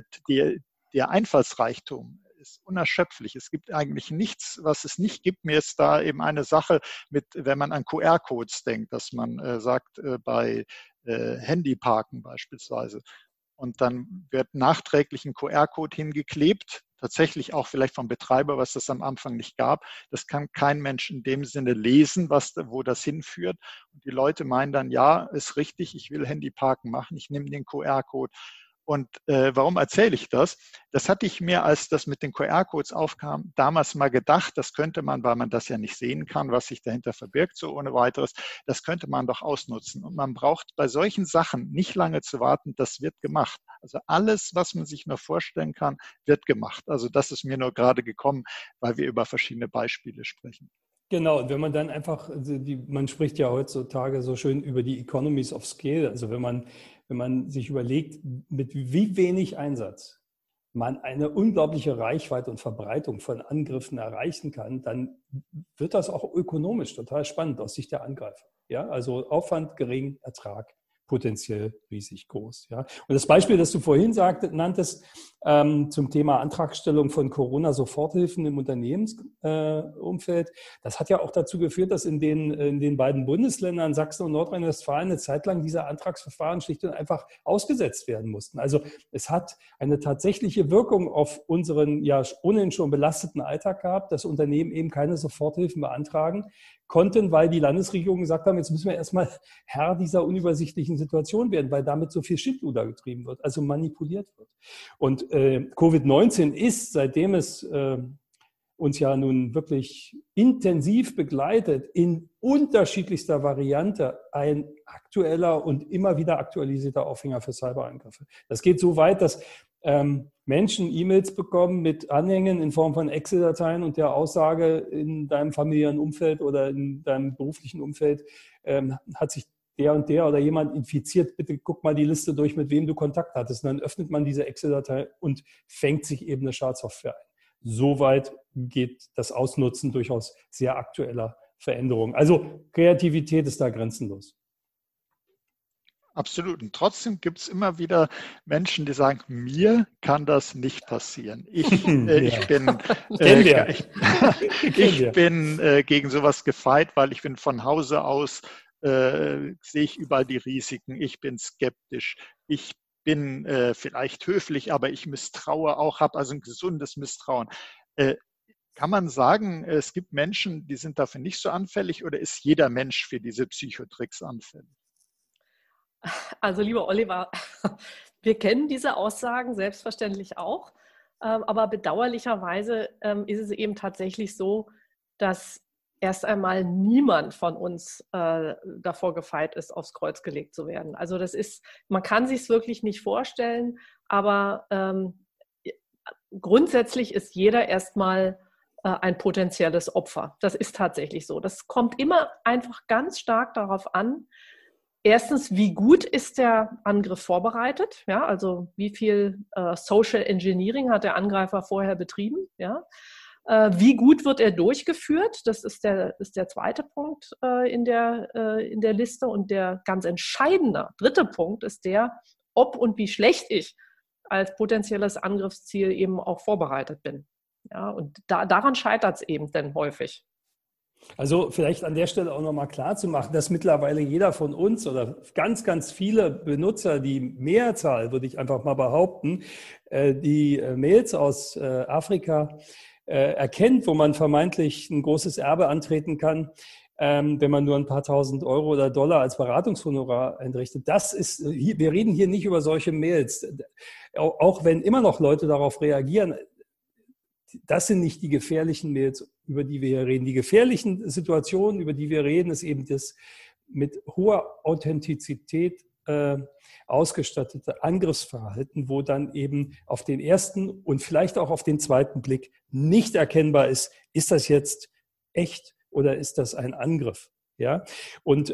der Einfallsreichtum ist unerschöpflich. Es gibt eigentlich nichts, was es nicht gibt. Mir ist da eben eine Sache mit, wenn man an QR-Codes denkt, dass man sagt, bei Handyparken beispielsweise, und dann wird nachträglich ein QR-Code hingeklebt, tatsächlich auch vielleicht vom Betreiber, was das am Anfang nicht gab. Das kann kein Mensch in dem Sinne lesen, wo das hinführt. Und die Leute meinen dann, ja, ist richtig, ich will Handyparken machen, ich nehme den QR-Code. Und warum erzähle ich das? Das hatte ich mir, als das mit den QR-Codes aufkam, damals mal gedacht, das könnte man, weil man das ja nicht sehen kann, was sich dahinter verbirgt, so ohne weiteres, das könnte man doch ausnutzen. Und man braucht bei solchen Sachen nicht lange zu warten, das wird gemacht. Also alles, was man sich nur vorstellen kann, wird gemacht. Also das ist mir nur gerade gekommen, weil wir über verschiedene Beispiele sprechen. Genau, und wenn man dann einfach, man spricht ja heutzutage so schön über die Economies of Scale, also wenn man sich überlegt, mit wie wenig Einsatz man eine unglaubliche Reichweite und Verbreitung von Angriffen erreichen kann, dann wird das auch ökonomisch total spannend aus Sicht der Angreifer. Ja, also Aufwand gering, Ertrag potenziell riesig groß. Ja. Und das Beispiel, das du vorhin nanntest, zum Thema Antragstellung von Corona-Soforthilfen im Unternehmensumfeld, das hat ja auch dazu geführt, dass in den beiden Bundesländern Sachsen und Nordrhein-Westfalen eine Zeit lang diese Antragsverfahren schlicht und einfach ausgesetzt werden mussten. Also es hat eine tatsächliche Wirkung auf unseren ja ohnehin schon belasteten Alltag gehabt, dass Unternehmen eben keine Soforthilfen beantragen konnten, weil die Landesregierung gesagt haben, jetzt müssen wir erstmal Herr dieser unübersichtlichen Situation werden, weil damit so viel Schindluder getrieben wird, also manipuliert wird. Und Covid-19 ist, seitdem es uns ja nun wirklich intensiv begleitet, in unterschiedlichster Variante ein aktueller und immer wieder aktualisierter Aufhänger für Cyberangriffe. Das geht so weit, dass Menschen E-Mails bekommen mit Anhängen in Form von Excel-Dateien und der Aussage, in deinem familiären Umfeld oder in deinem beruflichen Umfeld hat sich der und der oder jemand infiziert, bitte guck mal die Liste durch, mit wem du Kontakt hattest. Und dann öffnet man diese Excel-Datei und fängt sich eben eine Schadsoftware ein. Soweit geht das Ausnutzen durchaus sehr aktueller Veränderungen. Also Kreativität ist da grenzenlos. Absolut. Und trotzdem gibt es immer wieder Menschen, die sagen, mir kann das nicht passieren. Ich bin gegen sowas gefeit, weil ich bin von Hause aus, sehe ich überall die Risiken. Ich bin skeptisch. Ich bin vielleicht höflich, aber ich misstraue auch, habe also ein gesundes Misstrauen. Kann man sagen, es gibt Menschen, die sind dafür nicht so anfällig, oder ist jeder Mensch für diese Psychotricks anfällig? Also lieber Oliver, wir kennen diese Aussagen selbstverständlich auch. Aber bedauerlicherweise ist es eben tatsächlich so, dass erst einmal niemand von uns davor gefeit ist, aufs Kreuz gelegt zu werden. Also man kann sich es wirklich nicht vorstellen, aber grundsätzlich ist jeder erstmal ein potenzielles Opfer. Das ist tatsächlich so. Das kommt immer einfach ganz stark darauf an, erstens, wie gut ist der Angriff vorbereitet? Ja, also wie viel Social Engineering hat der Angreifer vorher betrieben? Ja? Wie gut wird er durchgeführt? Das ist der zweite Punkt in der Liste. Und der ganz entscheidende dritte Punkt ist der, ob und wie schlecht ich als potenzielles Angriffsziel eben auch vorbereitet bin. Ja, und daran scheitert es eben dann häufig. Also vielleicht an der Stelle auch nochmal klar zu machen, dass mittlerweile jeder von uns oder ganz, ganz viele Benutzer, die Mehrzahl, würde ich einfach mal behaupten, die Mails aus Afrika erkennt, wo man vermeintlich ein großes Erbe antreten kann, wenn man nur ein paar tausend Euro oder Dollar als Beratungshonorar einrichtet. Wir reden hier nicht über solche Mails, auch wenn immer noch Leute darauf reagieren. Das sind nicht die gefährlichen Mails, über die wir hier reden. Die gefährlichen Situationen, über die wir reden, ist eben das mit hoher Authentizität ausgestattete Angriffsverhalten, wo dann eben auf den ersten und vielleicht auch auf den zweiten Blick nicht erkennbar ist das jetzt echt oder ist das ein Angriff? Ja? Und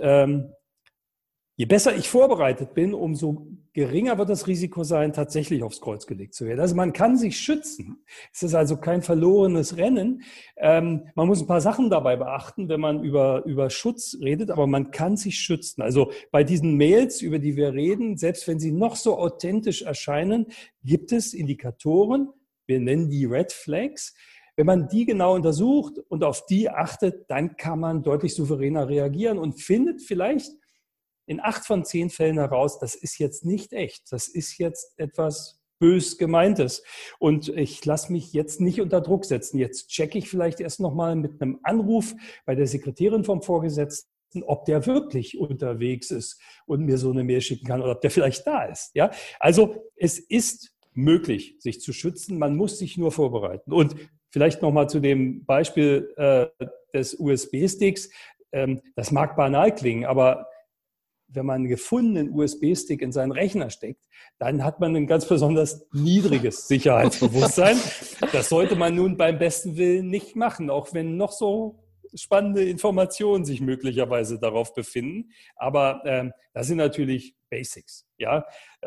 je besser ich vorbereitet bin, umso geringer wird das Risiko sein, tatsächlich aufs Kreuz gelegt zu werden. Also man kann sich schützen. Es ist also kein verlorenes Rennen. Man muss ein paar Sachen dabei beachten, wenn man über Schutz redet, aber man kann sich schützen. Also bei diesen Mails, über die wir reden, selbst wenn sie noch so authentisch erscheinen, gibt es Indikatoren, wir nennen die Red Flags. Wenn man die genau untersucht und auf die achtet, dann kann man deutlich souveräner reagieren und findet vielleicht in 8 von 10 Fällen heraus, das ist jetzt nicht echt. Das ist jetzt etwas bös Gemeintes. Und ich lasse mich jetzt nicht unter Druck setzen. Jetzt checke ich vielleicht erst nochmal mit einem Anruf bei der Sekretärin vom Vorgesetzten, ob der wirklich unterwegs ist und mir so eine Mail schicken kann oder ob der vielleicht da ist. Ja? Also es ist möglich, sich zu schützen. Man muss sich nur vorbereiten. Und vielleicht nochmal zu dem Beispiel des USB-Sticks. Das mag banal klingen, aber wenn man einen gefundenen USB-Stick in seinen Rechner steckt, dann hat man ein ganz besonders niedriges Sicherheitsbewusstsein. Das sollte man nun beim besten Willen nicht machen, auch wenn noch so spannende Informationen sich möglicherweise darauf befinden. Aber das sind natürlich Basics. Ja?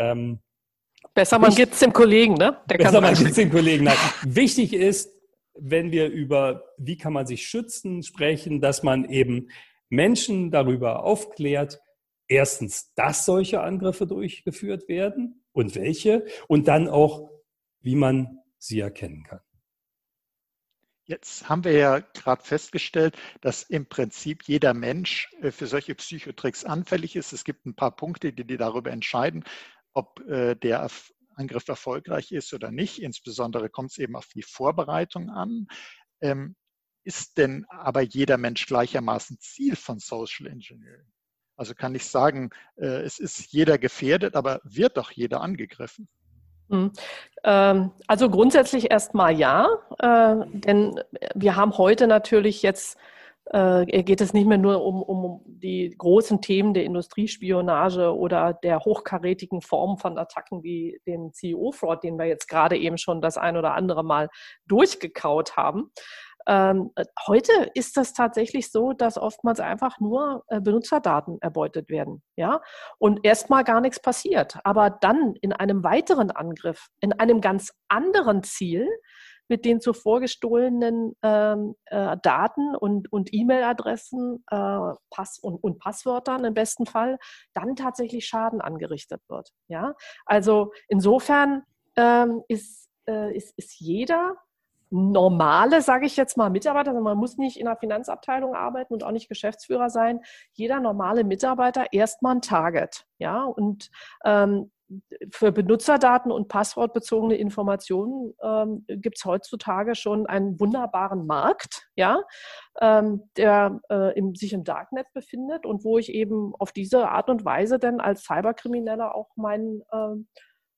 Besser man gibt es dem Kollegen, ne? Besser man gibt es dem Kollegen. Nein. Wichtig ist, wenn wir über, wie kann man sich schützen, sprechen, dass man eben Menschen darüber aufklärt, erstens, dass solche Angriffe durchgeführt werden und welche und dann auch, wie man sie erkennen kann. Jetzt haben wir ja gerade festgestellt, dass im Prinzip jeder Mensch für solche Psychotricks anfällig ist. Es gibt ein paar Punkte, die darüber entscheiden, ob der Angriff erfolgreich ist oder nicht. Insbesondere kommt es eben auf die Vorbereitung an. Ist denn aber jeder Mensch gleichermaßen Ziel von Social Engineering? Also kann ich sagen, es ist jeder gefährdet, aber wird doch jeder angegriffen? Also grundsätzlich erstmal ja, denn wir haben heute natürlich jetzt, geht es nicht mehr nur um die großen Themen der Industriespionage oder der hochkarätigen Formen von Attacken wie den CEO-Fraud, den wir jetzt gerade eben schon das ein oder andere Mal durchgekaut haben. Heute ist das tatsächlich so, dass oftmals einfach nur Benutzerdaten erbeutet werden, ja, und erstmal gar nichts passiert. Aber dann in einem weiteren Angriff, in einem ganz anderen Ziel, mit den zuvor gestohlenen Daten und E-Mail-Adressen und Passwörtern im besten Fall, dann tatsächlich Schaden angerichtet wird, ja. Also insofern ist jeder normale, sage ich jetzt mal, Mitarbeiter, also man muss nicht in der Finanzabteilung arbeiten und auch nicht Geschäftsführer sein, jeder normale Mitarbeiter erstmal ein Target. Ja? Und für Benutzerdaten und passwortbezogene Informationen gibt es heutzutage schon einen wunderbaren Markt, ja? Der sich im Darknet befindet und wo ich eben auf diese Art und Weise dann als Cyberkrimineller auch meinen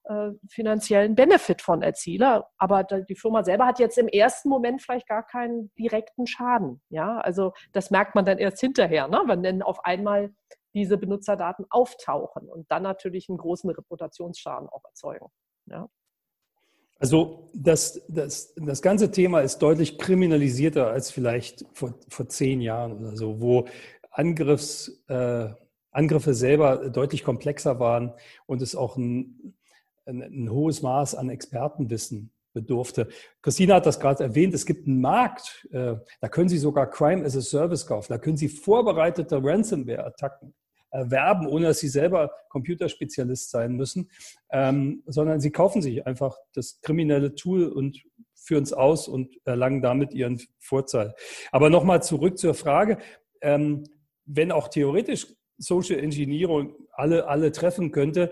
finanziellen Benefit von erziele. Aber die Firma selber hat jetzt im ersten Moment vielleicht gar keinen direkten Schaden. Ja, also das merkt man dann erst hinterher, ne? Wenn dann auf einmal diese Benutzerdaten auftauchen und dann natürlich einen großen Reputationsschaden auch erzeugen. Ja. Also das ganze Thema ist deutlich kriminalisierter als vielleicht vor 10 Jahren oder so, wo Angriffe selber deutlich komplexer waren und es auch ein hohes Maß an Expertenwissen bedurfte. Christina hat das gerade erwähnt, es gibt einen Markt, da können Sie sogar Crime as a Service kaufen, da können Sie vorbereitete Ransomware-Attacken erwerben, ohne dass Sie selber Computerspezialist sein müssen, sondern Sie kaufen sich einfach das kriminelle Tool und führen es aus und erlangen damit Ihren Vorteil. Aber nochmal zurück zur Frage, wenn auch theoretisch Social Engineering alle treffen könnte,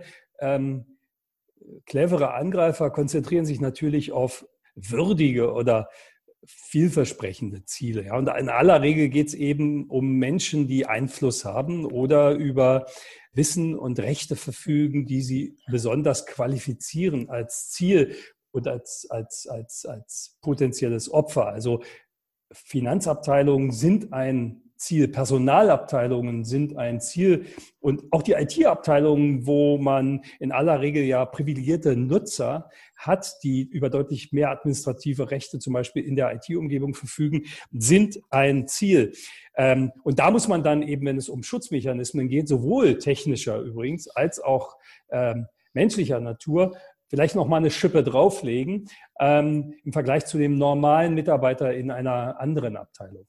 clevere Angreifer konzentrieren sich natürlich auf würdige oder vielversprechende Ziele. Ja. Und in aller Regel geht es eben um Menschen, die Einfluss haben oder über Wissen und Rechte verfügen, die sie besonders qualifizieren als Ziel und als potenzielles Opfer. Also Finanzabteilungen sind ein Ziel, Personalabteilungen sind ein Ziel und auch die IT-Abteilungen, wo man in aller Regel ja privilegierte Nutzer hat, die über deutlich mehr administrative Rechte zum Beispiel in der IT-Umgebung verfügen, sind ein Ziel. Und da muss man dann eben, wenn es um Schutzmechanismen geht, sowohl technischer übrigens als auch menschlicher Natur, vielleicht noch mal eine Schippe drauflegen im Vergleich zu dem normalen Mitarbeiter in einer anderen Abteilung.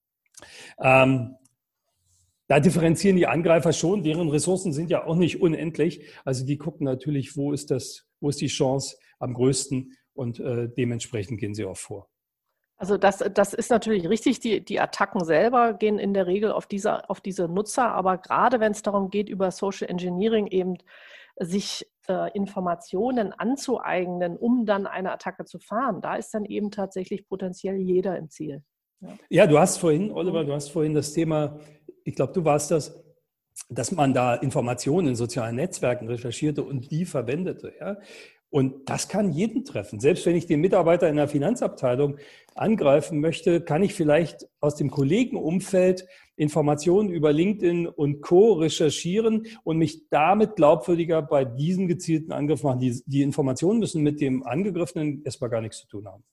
Da differenzieren die Angreifer schon, deren Ressourcen sind ja auch nicht unendlich. Also die gucken natürlich, wo ist die Chance am größten und dementsprechend gehen sie auch vor. Also das ist natürlich richtig. Die Attacken selber gehen in der Regel auf diese Nutzer, aber gerade wenn es darum geht, über Social Engineering eben sich Informationen anzueignen, um dann eine Attacke zu fahren, da ist dann eben tatsächlich potenziell jeder im Ziel. Ja, du hast vorhin, Oliver, das Thema, ich glaube, du warst das, dass man da Informationen in sozialen Netzwerken recherchierte und die verwendete. Ja? Und das kann jeden treffen. Selbst wenn ich den Mitarbeiter in der Finanzabteilung angreifen möchte, kann ich vielleicht aus dem Kollegenumfeld Informationen über LinkedIn und Co. recherchieren und mich damit glaubwürdiger bei diesem gezielten Angriff machen. Die Informationen müssen mit dem Angegriffenen erstmal gar nichts zu tun haben.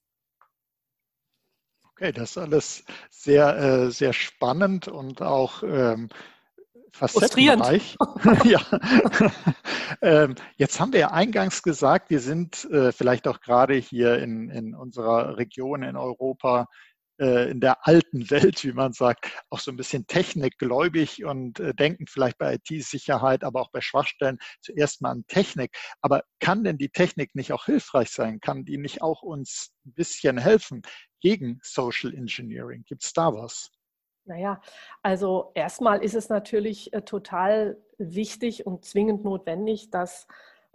Okay, das ist alles sehr, sehr spannend und auch facettenreich. Ja. Jetzt haben wir ja eingangs gesagt, wir sind vielleicht auch gerade hier in unserer Region in Europa, in der alten Welt, wie man sagt, auch so ein bisschen technikgläubig und denken vielleicht bei IT-Sicherheit, aber auch bei Schwachstellen zuerst mal an Technik. Aber kann denn die Technik nicht auch hilfreich sein? Kann die nicht auch uns ein bisschen helfen gegen Social Engineering? Gibt es da was? Naja, also erstmal ist es natürlich total wichtig und zwingend notwendig, dass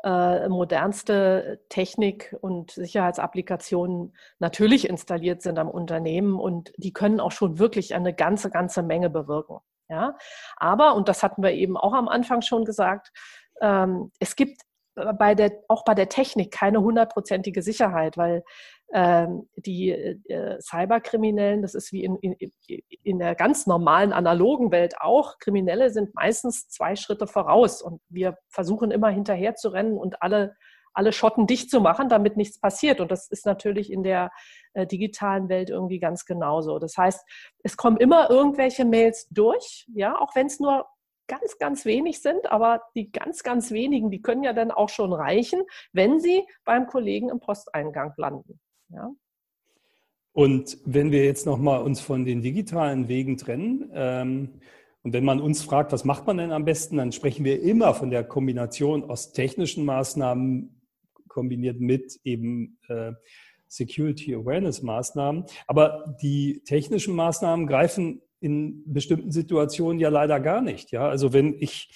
modernste Technik und Sicherheitsapplikationen natürlich installiert sind am Unternehmen und die können auch schon wirklich eine ganze Menge bewirken. Ja? Aber, und das hatten wir eben auch am Anfang schon gesagt, es gibt auch bei der Technik keine 100%ige Sicherheit, weil die Cyberkriminellen, das ist wie in der ganz normalen analogen Welt auch, Kriminelle sind meistens 2 Schritte voraus und wir versuchen immer hinterher zu rennen und alle Schotten dicht zu machen, damit nichts passiert. Und das ist natürlich in der digitalen Welt irgendwie ganz genauso. Das heißt, es kommen immer irgendwelche Mails durch, ja, auch wenn es nur ganz wenig sind, aber die ganz wenigen, die können ja dann auch schon reichen, wenn sie beim Kollegen im Posteingang landen. Ja. Und wenn wir jetzt nochmal uns von den digitalen Wegen trennen und wenn man uns fragt, was macht man denn am besten, dann sprechen wir immer von der Kombination aus technischen Maßnahmen kombiniert mit eben Security Awareness Maßnahmen. Aber die technischen Maßnahmen greifen in bestimmten Situationen ja leider gar nicht. Ja? Also wenn ich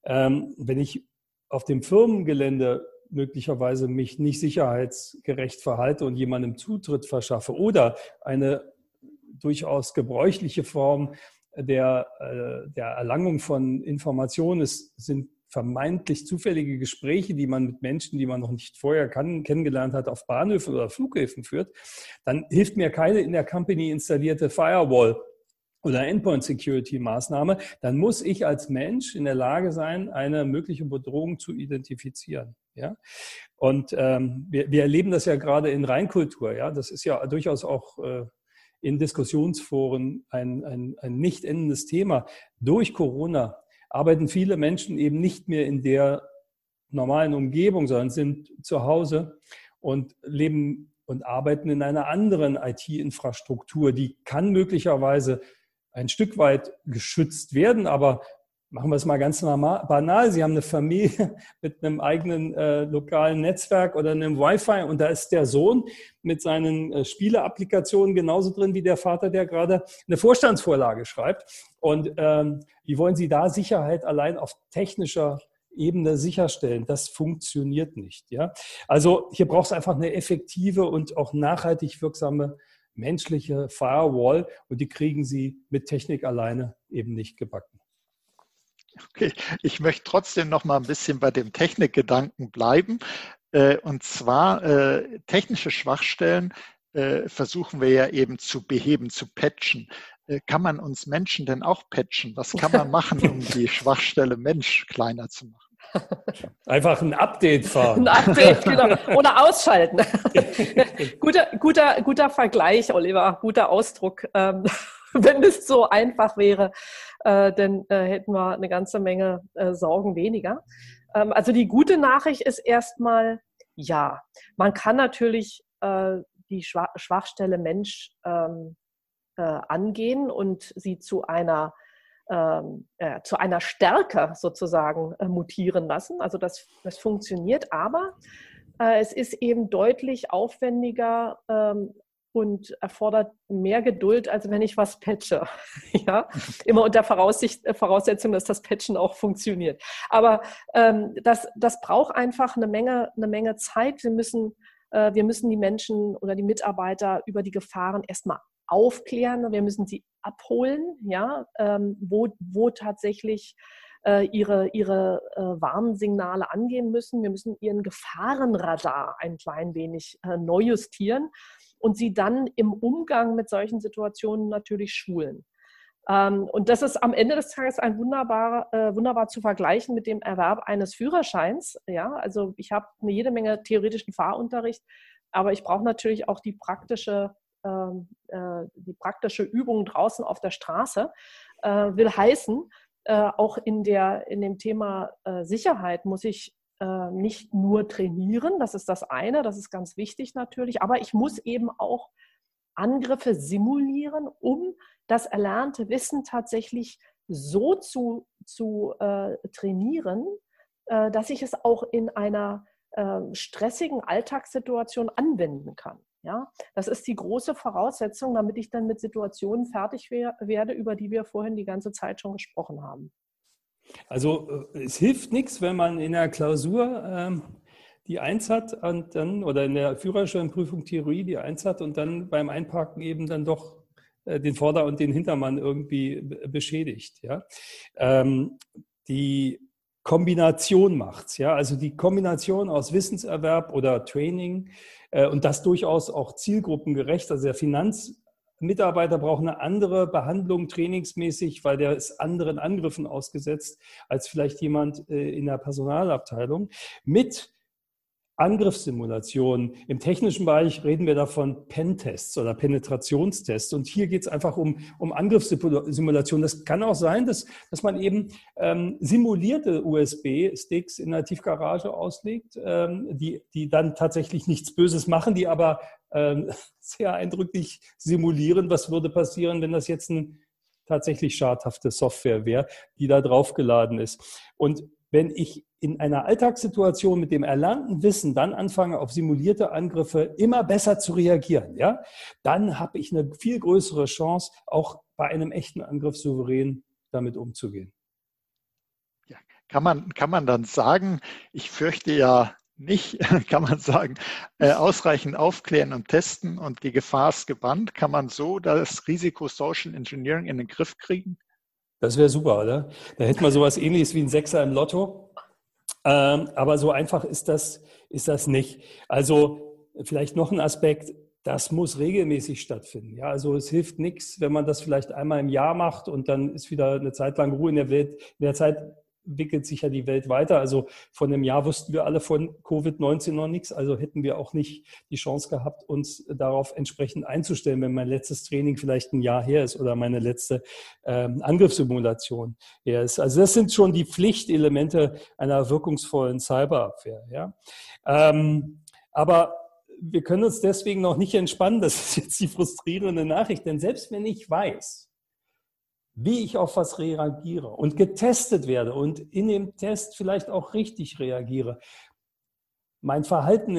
auf dem Firmengelände möglicherweise mich nicht sicherheitsgerecht verhalte und jemandem Zutritt verschaffe oder eine durchaus gebräuchliche Form der Erlangung von Informationen sind vermeintlich zufällige Gespräche, die man mit Menschen, die man noch nicht vorher kennengelernt hat, auf Bahnhöfen oder Flughäfen führt, dann hilft mir keine in der Company installierte Firewall oder Endpoint-Security-Maßnahme. Dann muss ich als Mensch in der Lage sein, eine mögliche Bedrohung zu identifizieren. Ja? Und wir erleben das ja gerade in Reinkultur. Ja? Das ist ja durchaus auch in Diskussionsforen ein nicht endendes Thema. Durch Corona arbeiten viele Menschen eben nicht mehr in der normalen Umgebung, sondern sind zu Hause und leben und arbeiten in einer anderen IT-Infrastruktur. Die kann möglicherweise ein Stück weit geschützt werden, aber machen wir es mal ganz banal. Sie haben eine Familie mit einem eigenen lokalen Netzwerk oder einem Wi-Fi und da ist der Sohn mit seinen Spieleapplikationen genauso drin wie der Vater, der gerade eine Vorstandsvorlage schreibt. Und wie wollen Sie da Sicherheit allein auf technischer Ebene sicherstellen? Das funktioniert nicht. Ja? Also hier braucht es einfach eine effektive und auch nachhaltig wirksame menschliche Firewall und die kriegen Sie mit Technik alleine eben nicht gebacken. Okay, ich möchte trotzdem noch mal ein bisschen bei dem Technikgedanken bleiben. Und zwar technische Schwachstellen versuchen wir ja eben zu beheben, zu patchen. Kann man uns Menschen denn auch patchen? Was kann man machen, um die Schwachstelle Mensch kleiner zu machen? Einfach ein Update fahren. Ein Update, genau. Oder ausschalten. Guter Vergleich, Oliver. Guter Ausdruck. Wenn es so einfach wäre, dann hätten wir eine ganze Menge Sorgen weniger. Also die gute Nachricht ist erstmal, ja, man kann natürlich die Schwachstelle Mensch angehen und sie zu einer Stärke sozusagen mutieren lassen. Also das funktioniert, aber es ist eben deutlich aufwendiger und erfordert mehr Geduld, als wenn ich was patche. Ja? Immer unter Voraussetzung, dass das Patchen auch funktioniert. Aber das braucht einfach eine Menge Zeit. Wir müssen die Menschen oder die Mitarbeiter über die Gefahren erstmal aufklären. Wir müssen sie abholen, ja, wo tatsächlich ihre Warnsignale angehen müssen. Wir müssen ihren Gefahrenradar ein klein wenig neu justieren und sie dann im Umgang mit solchen Situationen natürlich schulen. Und das ist am Ende des Tages wunderbar zu vergleichen mit dem Erwerb eines Führerscheins. Ja, also ich habe eine jede Menge theoretischen Fahrunterricht, aber ich brauche natürlich auch die praktische Übung draußen auf der Straße. Will heißen, auch in dem Thema Sicherheit muss ich nicht nur trainieren, das ist das eine, das ist ganz wichtig natürlich, aber ich muss eben auch Angriffe simulieren, um das erlernte Wissen tatsächlich so zu trainieren, dass ich es auch in einer stressigen Alltagssituation anwenden kann. Ja, das ist die große Voraussetzung, damit ich dann mit Situationen fertig werde, über die wir vorhin die ganze Zeit schon gesprochen haben. Also es hilft nichts, wenn man in der Klausur die 1 hat und dann, oder in der Führerscheinprüfung Theorie die 1 hat und dann beim Einparken eben dann doch den Vorder- und den Hintermann irgendwie beschädigt. Ja? Die Kombination macht's, ja, also die Kombination aus Wissenserwerb oder Training und das durchaus auch zielgruppengerecht. Also der Finanzmitarbeiter braucht eine andere Behandlung trainingsmäßig, weil der ist anderen Angriffen ausgesetzt als vielleicht jemand in der Personalabteilung. Mit Angriffssimulationen. Im technischen Bereich reden wir davon Pentests oder Penetrationstests. Und hier geht es einfach um Angriffssimulationen. Das kann auch sein, dass man eben simulierte USB-Sticks in der Tiefgarage auslegt, die dann tatsächlich nichts Böses machen, die aber sehr eindrücklich simulieren, was würde passieren, wenn das jetzt eine tatsächlich schadhafte Software wäre, die da draufgeladen ist. Und wenn ich in einer Alltagssituation mit dem erlernten Wissen dann anfange, auf simulierte Angriffe immer besser zu reagieren, ja, dann habe ich eine viel größere Chance, auch bei einem echten Angriff souverän damit umzugehen. Ja, kann man dann sagen, ich fürchte ja nicht, kann man sagen, ausreichend aufklären und testen und die Gefahr ist gebannt? Kann man so das Risiko Social Engineering in den Griff kriegen? Das wäre super, oder? Da hätten wir sowas Ähnliches wie ein Sechser im Lotto. Aber so einfach ist das nicht. Also vielleicht noch ein Aspekt, das muss regelmäßig stattfinden. Ja, also es hilft nichts, wenn man das vielleicht einmal im Jahr macht und dann ist wieder eine Zeit lang Ruhe in der Welt. In der Zeit entwickelt sich ja die Welt weiter. Also von einem Jahr wussten wir alle von Covid-19 noch nichts. Also hätten wir auch nicht die Chance gehabt, uns darauf entsprechend einzustellen, wenn mein letztes Training vielleicht ein Jahr her ist oder meine letzte Angriffssimulation her ist. Also das sind schon die Pflichtelemente einer wirkungsvollen Cyberabwehr. Ja? Aber wir können uns deswegen noch nicht entspannen. Das ist jetzt die frustrierende Nachricht. Denn selbst wenn ich weiß, wie ich auf was reagiere und getestet werde und in dem Test vielleicht auch richtig reagiere, mein Verhalten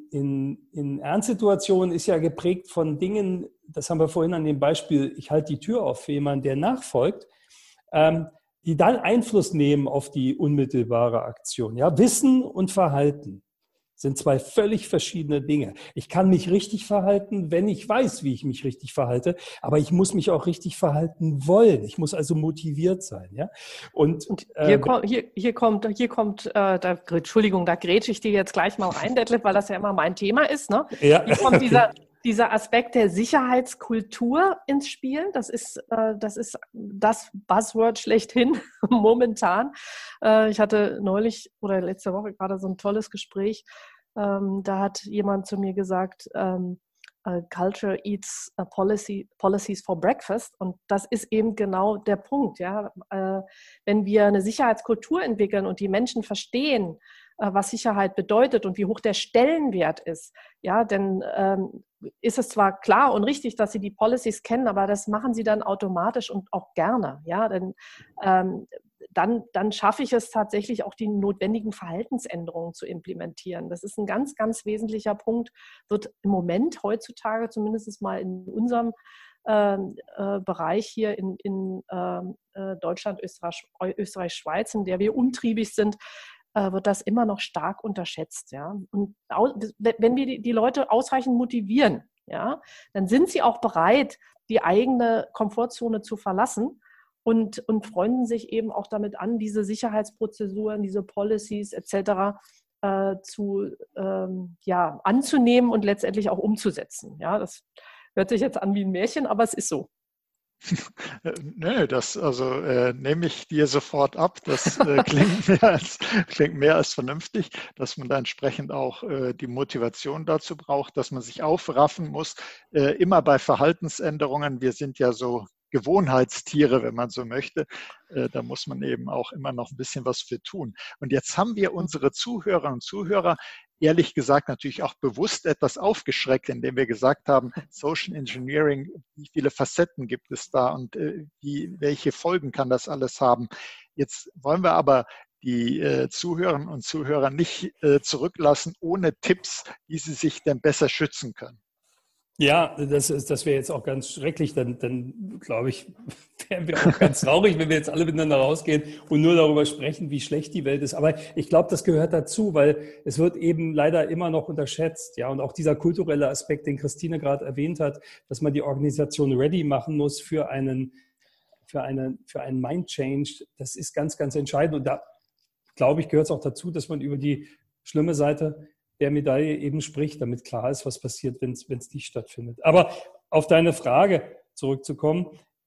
in Ernstsituationen ist ja geprägt von Dingen, das haben wir vorhin an dem Beispiel, ich halte die Tür auf für jemanden, der nachfolgt, die dann Einfluss nehmen auf die unmittelbare Aktion. Ja, Wissen und Verhalten sind zwei völlig verschiedene Dinge. Ich kann mich richtig verhalten, wenn ich weiß, wie ich mich richtig verhalte, aber ich muss mich auch richtig verhalten wollen. Ich muss also motiviert sein. Ja? Und hier kommt, Entschuldigung, da grätsche ich dir jetzt gleich mal rein, Detlef, weil das ja immer mein Thema ist. Ne? Ja. Hier kommt dieser Aspekt der Sicherheitskultur ins Spiel. Das ist das Buzzword schlechthin momentan. Ich hatte neulich oder letzte Woche gerade so ein tolles Gespräch. Da hat jemand zu mir gesagt, Culture eats policies for breakfast. Und das ist eben genau der Punkt. Ja? Wenn wir eine Sicherheitskultur entwickeln und die Menschen verstehen, was Sicherheit bedeutet und wie hoch der Stellenwert ist, ja, denn ist es zwar klar und richtig, dass sie die Policies kennen, aber das machen sie dann automatisch und auch gerne, ja, denn dann schaffe ich es tatsächlich auch, die notwendigen Verhaltensänderungen zu implementieren. Das ist ein ganz, ganz wesentlicher Punkt, wird im Moment heutzutage zumindest mal in unserem Bereich hier in Deutschland, Österreich, Schweiz, in der wir umtriebig sind, wird das immer noch stark unterschätzt. Ja? Und wenn wir die Leute ausreichend motivieren, ja, dann sind sie auch bereit, die eigene Komfortzone zu verlassen und freunden sich eben auch damit an, diese Sicherheitsprozeduren, diese Policies etc. Anzunehmen und letztendlich auch umzusetzen. Ja, das hört sich jetzt an wie ein Märchen, aber es ist so. Nö, das nehme ich dir sofort ab. Das klingt mehr als vernünftig, dass man da entsprechend auch die Motivation dazu braucht, dass man sich aufraffen muss. Immer bei Verhaltensänderungen, wir sind ja so Gewohnheitstiere, wenn man so möchte. Da muss man eben auch immer noch ein bisschen was für tun. Und jetzt haben wir unsere Zuhörerinnen und Zuhörer ehrlich gesagt natürlich auch bewusst etwas aufgeschreckt, indem wir gesagt haben, Social Engineering, wie viele Facetten gibt es da und welche Folgen kann das alles haben? Jetzt wollen wir aber die Zuhörerinnen und Zuhörer nicht zurücklassen ohne Tipps, wie sie sich denn besser schützen können. Ja, das wäre jetzt auch ganz schrecklich. Dann glaube ich, wären wir auch ganz traurig, wenn wir jetzt alle miteinander rausgehen und nur darüber sprechen, wie schlecht die Welt ist. Aber ich glaube, das gehört dazu, weil es wird eben leider immer noch unterschätzt. Ja, und auch dieser kulturelle Aspekt, den Christine gerade erwähnt hat, dass man die Organisation ready machen muss für einen Mind-Change, das ist ganz, ganz entscheidend. Und da, glaube ich, gehört es auch dazu, dass man über die schlimme Seite der Medaille eben spricht, damit klar ist, was passiert, wenn es nicht stattfindet. Aber auf deine Frage zurückzukommen,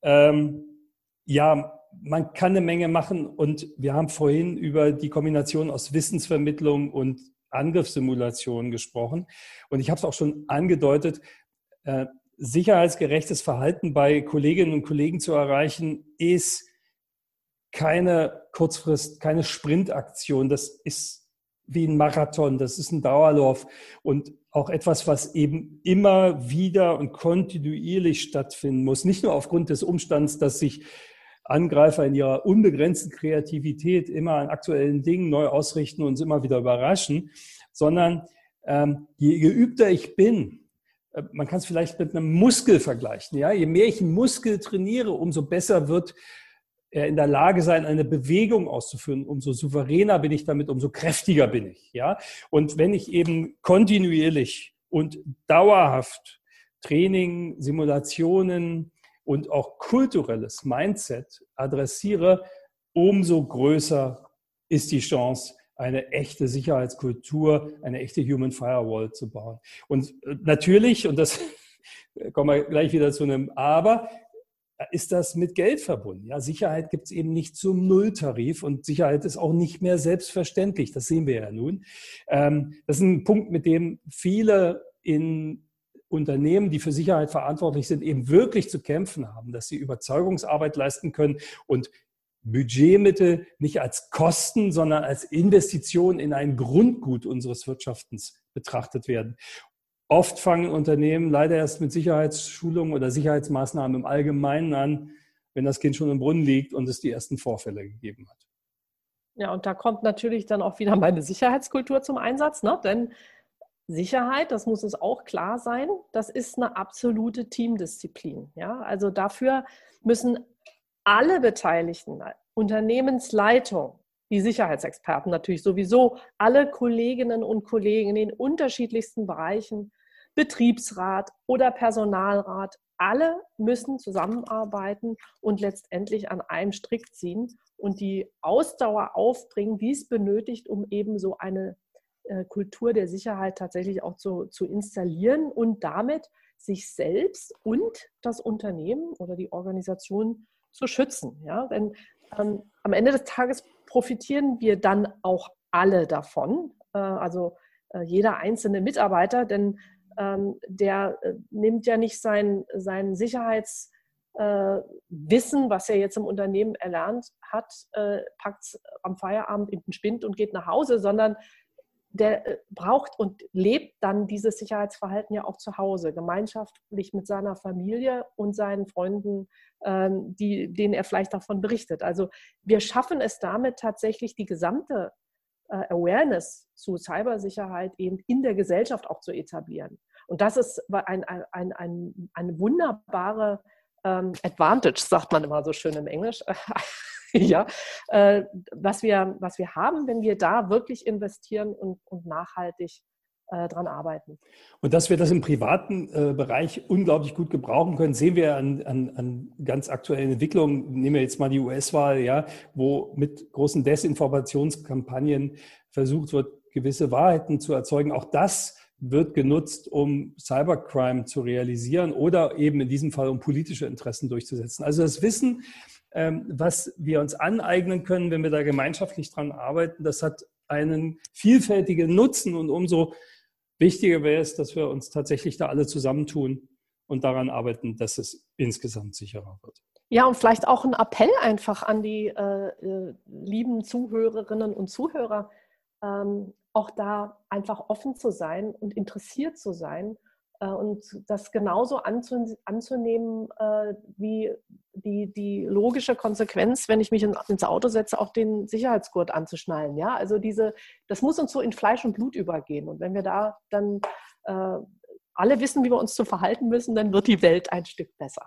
ja, man kann eine Menge machen und wir haben vorhin über die Kombination aus Wissensvermittlung und Angriffssimulation gesprochen und ich habe es auch schon angedeutet, sicherheitsgerechtes Verhalten bei Kolleginnen und Kollegen zu erreichen, ist keine Kurzfrist, keine Sprintaktion, das ist wie ein Marathon, das ist ein Dauerlauf und auch etwas, was eben immer wieder und kontinuierlich stattfinden muss. Nicht nur aufgrund des Umstands, dass sich Angreifer in ihrer unbegrenzten Kreativität immer an aktuellen Dingen neu ausrichten und uns immer wieder überraschen, sondern je geübter ich bin, man kann es vielleicht mit einem Muskel vergleichen. Ja? Je mehr ich einen Muskel trainiere, umso besser wird er in der Lage sein, eine Bewegung auszuführen. Umso souveräner bin ich damit, umso kräftiger bin ich. Ja? Und wenn ich eben kontinuierlich und dauerhaft Training, Simulationen und auch kulturelles Mindset adressiere, umso größer ist die Chance, eine echte Sicherheitskultur, eine echte Human Firewall zu bauen. Und natürlich, und das kommen wir gleich wieder zu einem Aber, ist das mit Geld verbunden. Ja, Sicherheit gibt es eben nicht zum Nulltarif und Sicherheit ist auch nicht mehr selbstverständlich. Das sehen wir ja nun. Das ist ein Punkt, mit dem viele in Unternehmen, die für Sicherheit verantwortlich sind, eben wirklich zu kämpfen haben, dass sie Überzeugungsarbeit leisten können und Budgetmittel nicht als Kosten, sondern als Investition in ein Grundgut unseres Wirtschaftens betrachtet werden. Oft fangen Unternehmen leider erst mit Sicherheitsschulungen oder Sicherheitsmaßnahmen im Allgemeinen an, wenn das Kind schon im Brunnen liegt und es die ersten Vorfälle gegeben hat. Ja, und da kommt natürlich dann auch wieder meine Sicherheitskultur zum Einsatz, ne? Denn Sicherheit, das muss uns auch klar sein, das ist eine absolute Teamdisziplin. Ja? Also dafür müssen alle Beteiligten, Unternehmensleitung, die Sicherheitsexperten natürlich sowieso, alle Kolleginnen und Kollegen in den unterschiedlichsten Bereichen, Betriebsrat oder Personalrat, alle müssen zusammenarbeiten und letztendlich an einem Strick ziehen und die Ausdauer aufbringen, die es benötigt, um eben so eine Kultur der Sicherheit tatsächlich auch zu installieren und damit sich selbst und das Unternehmen oder die Organisation zu schützen. Ja? Denn am Ende des Tages profitieren wir dann auch alle davon, also jeder einzelne Mitarbeiter, denn der nimmt ja nicht sein Sicherheitswissen, was er jetzt im Unternehmen erlernt hat, packt es am Feierabend in den Spind und geht nach Hause, sondern der braucht und lebt dann dieses Sicherheitsverhalten ja auch zu Hause, gemeinschaftlich mit seiner Familie und seinen Freunden, denen er vielleicht davon berichtet. Also wir schaffen es damit tatsächlich, die gesamte Awareness zu Cybersicherheit eben in der Gesellschaft auch zu etablieren. Und das ist eine wunderbare Advantage, sagt man immer so schön im Englisch, ja, was wir haben, wenn wir da wirklich investieren und nachhaltig dran arbeiten. Und dass wir das im privaten Bereich unglaublich gut gebrauchen können, sehen wir an ganz aktuellen Entwicklungen. Nehmen wir jetzt mal die US-Wahl, ja, wo mit großen Desinformationskampagnen versucht wird, gewisse Wahrheiten zu erzeugen. Auch das wird genutzt, um Cybercrime zu realisieren oder eben in diesem Fall, um politische Interessen durchzusetzen. Also das Wissen, was wir uns aneignen können, wenn wir da gemeinschaftlich dran arbeiten, das hat einen vielfältigen Nutzen und umso wichtiger wäre es, dass wir uns tatsächlich da alle zusammentun und daran arbeiten, dass es insgesamt sicherer wird. Ja, und vielleicht auch ein Appell einfach an die lieben Zuhörerinnen und Zuhörer, auch da einfach offen zu sein und interessiert zu sein und das genauso anzunehmen wie die logische Konsequenz, wenn ich mich ins Auto setze, auch den Sicherheitsgurt anzuschnallen. Ja? Also das muss uns so in Fleisch und Blut übergehen. Und wenn wir da dann alle wissen, wie wir uns zu verhalten müssen, dann wird die Welt ein Stück besser.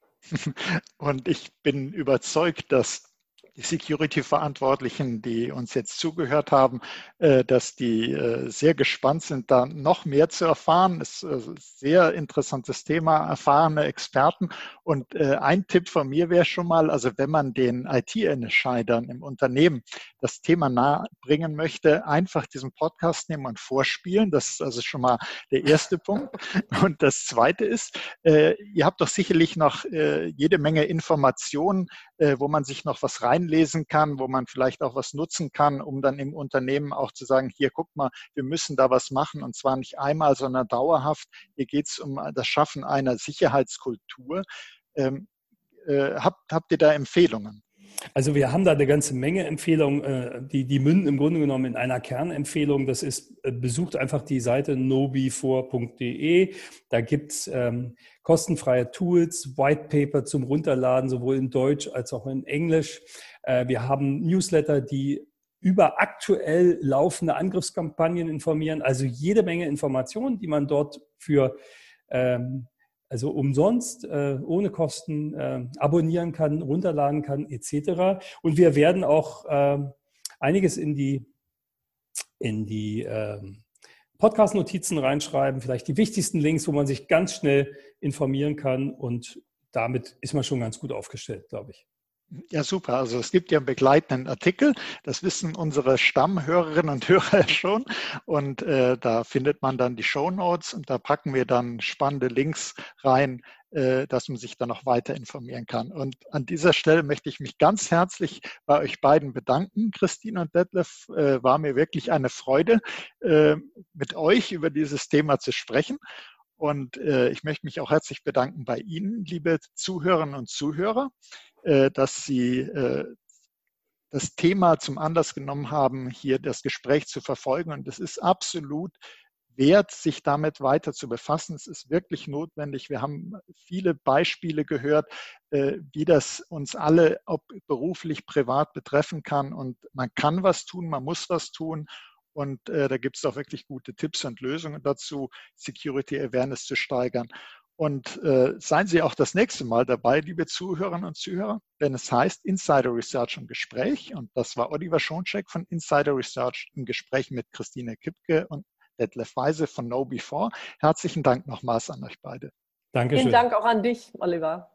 Und ich bin überzeugt, dass die Security-Verantwortlichen, die uns jetzt zugehört haben, dass die sehr gespannt sind, da noch mehr zu erfahren. Es ist ein sehr interessantes Thema, erfahrene Experten. Und ein Tipp von mir wäre schon mal, also wenn man den IT-Entscheidern im Unternehmen das Thema nahe bringen möchte, einfach diesen Podcast nehmen und vorspielen. Das ist also schon mal der erste Punkt. Und das zweite ist, ihr habt doch sicherlich noch jede Menge Informationen, wo man sich noch was reinlesen kann, wo man vielleicht auch was nutzen kann, um dann im Unternehmen auch zu sagen, hier, guck mal, wir müssen da was machen und zwar nicht einmal, sondern dauerhaft. Hier geht es um das Schaffen einer Sicherheitskultur. Habt ihr da Empfehlungen? Also wir haben da eine ganze Menge Empfehlungen, die münden im Grunde genommen in einer Kernempfehlung. Das ist, besucht einfach die Seite knowbefore.de. Da gibt es kostenfreie Tools, White Paper zum Runterladen, sowohl in Deutsch als auch in Englisch. Wir haben Newsletter, die über aktuell laufende Angriffskampagnen informieren. Also jede Menge Informationen, die man dort für also umsonst, ohne Kosten abonnieren kann, runterladen kann, etc. Und wir werden auch einiges in die Podcast-Notizen reinschreiben, vielleicht die wichtigsten Links, wo man sich ganz schnell informieren kann. Und damit ist man schon ganz gut aufgestellt, glaube ich. Ja, super. Also es gibt ja einen begleitenden Artikel, das wissen unsere Stammhörerinnen und Hörer schon. Und da findet man dann die Shownotes und da packen wir dann spannende Links rein, dass man sich dann noch weiter informieren kann. Und an dieser Stelle möchte ich mich ganz herzlich bei euch beiden bedanken. Christine und Detlef, war mir wirklich eine Freude, mit euch über dieses Thema zu sprechen. Und ich möchte mich auch herzlich bedanken bei Ihnen, liebe Zuhörerinnen und Zuhörer, dass Sie das Thema zum Anlass genommen haben, hier das Gespräch zu verfolgen. Und es ist absolut wert, sich damit weiter zu befassen. Es ist wirklich notwendig. Wir haben viele Beispiele gehört, wie das uns alle, ob beruflich, privat betreffen kann. Und man kann was tun, man muss was tun. Und da gibt es auch wirklich gute Tipps und Lösungen dazu, Security Awareness zu steigern. Und seien Sie auch das nächste Mal dabei, liebe Zuhörerinnen und Zuhörer, wenn es heißt Insider Research im Gespräch. Und das war Oliver Schoncheck von Insider Research im Gespräch mit Christine Kipke und Detlef Weise von KnowBe4. Herzlichen Dank nochmals an euch beide. Dankeschön. Vielen Dank auch an dich, Oliver.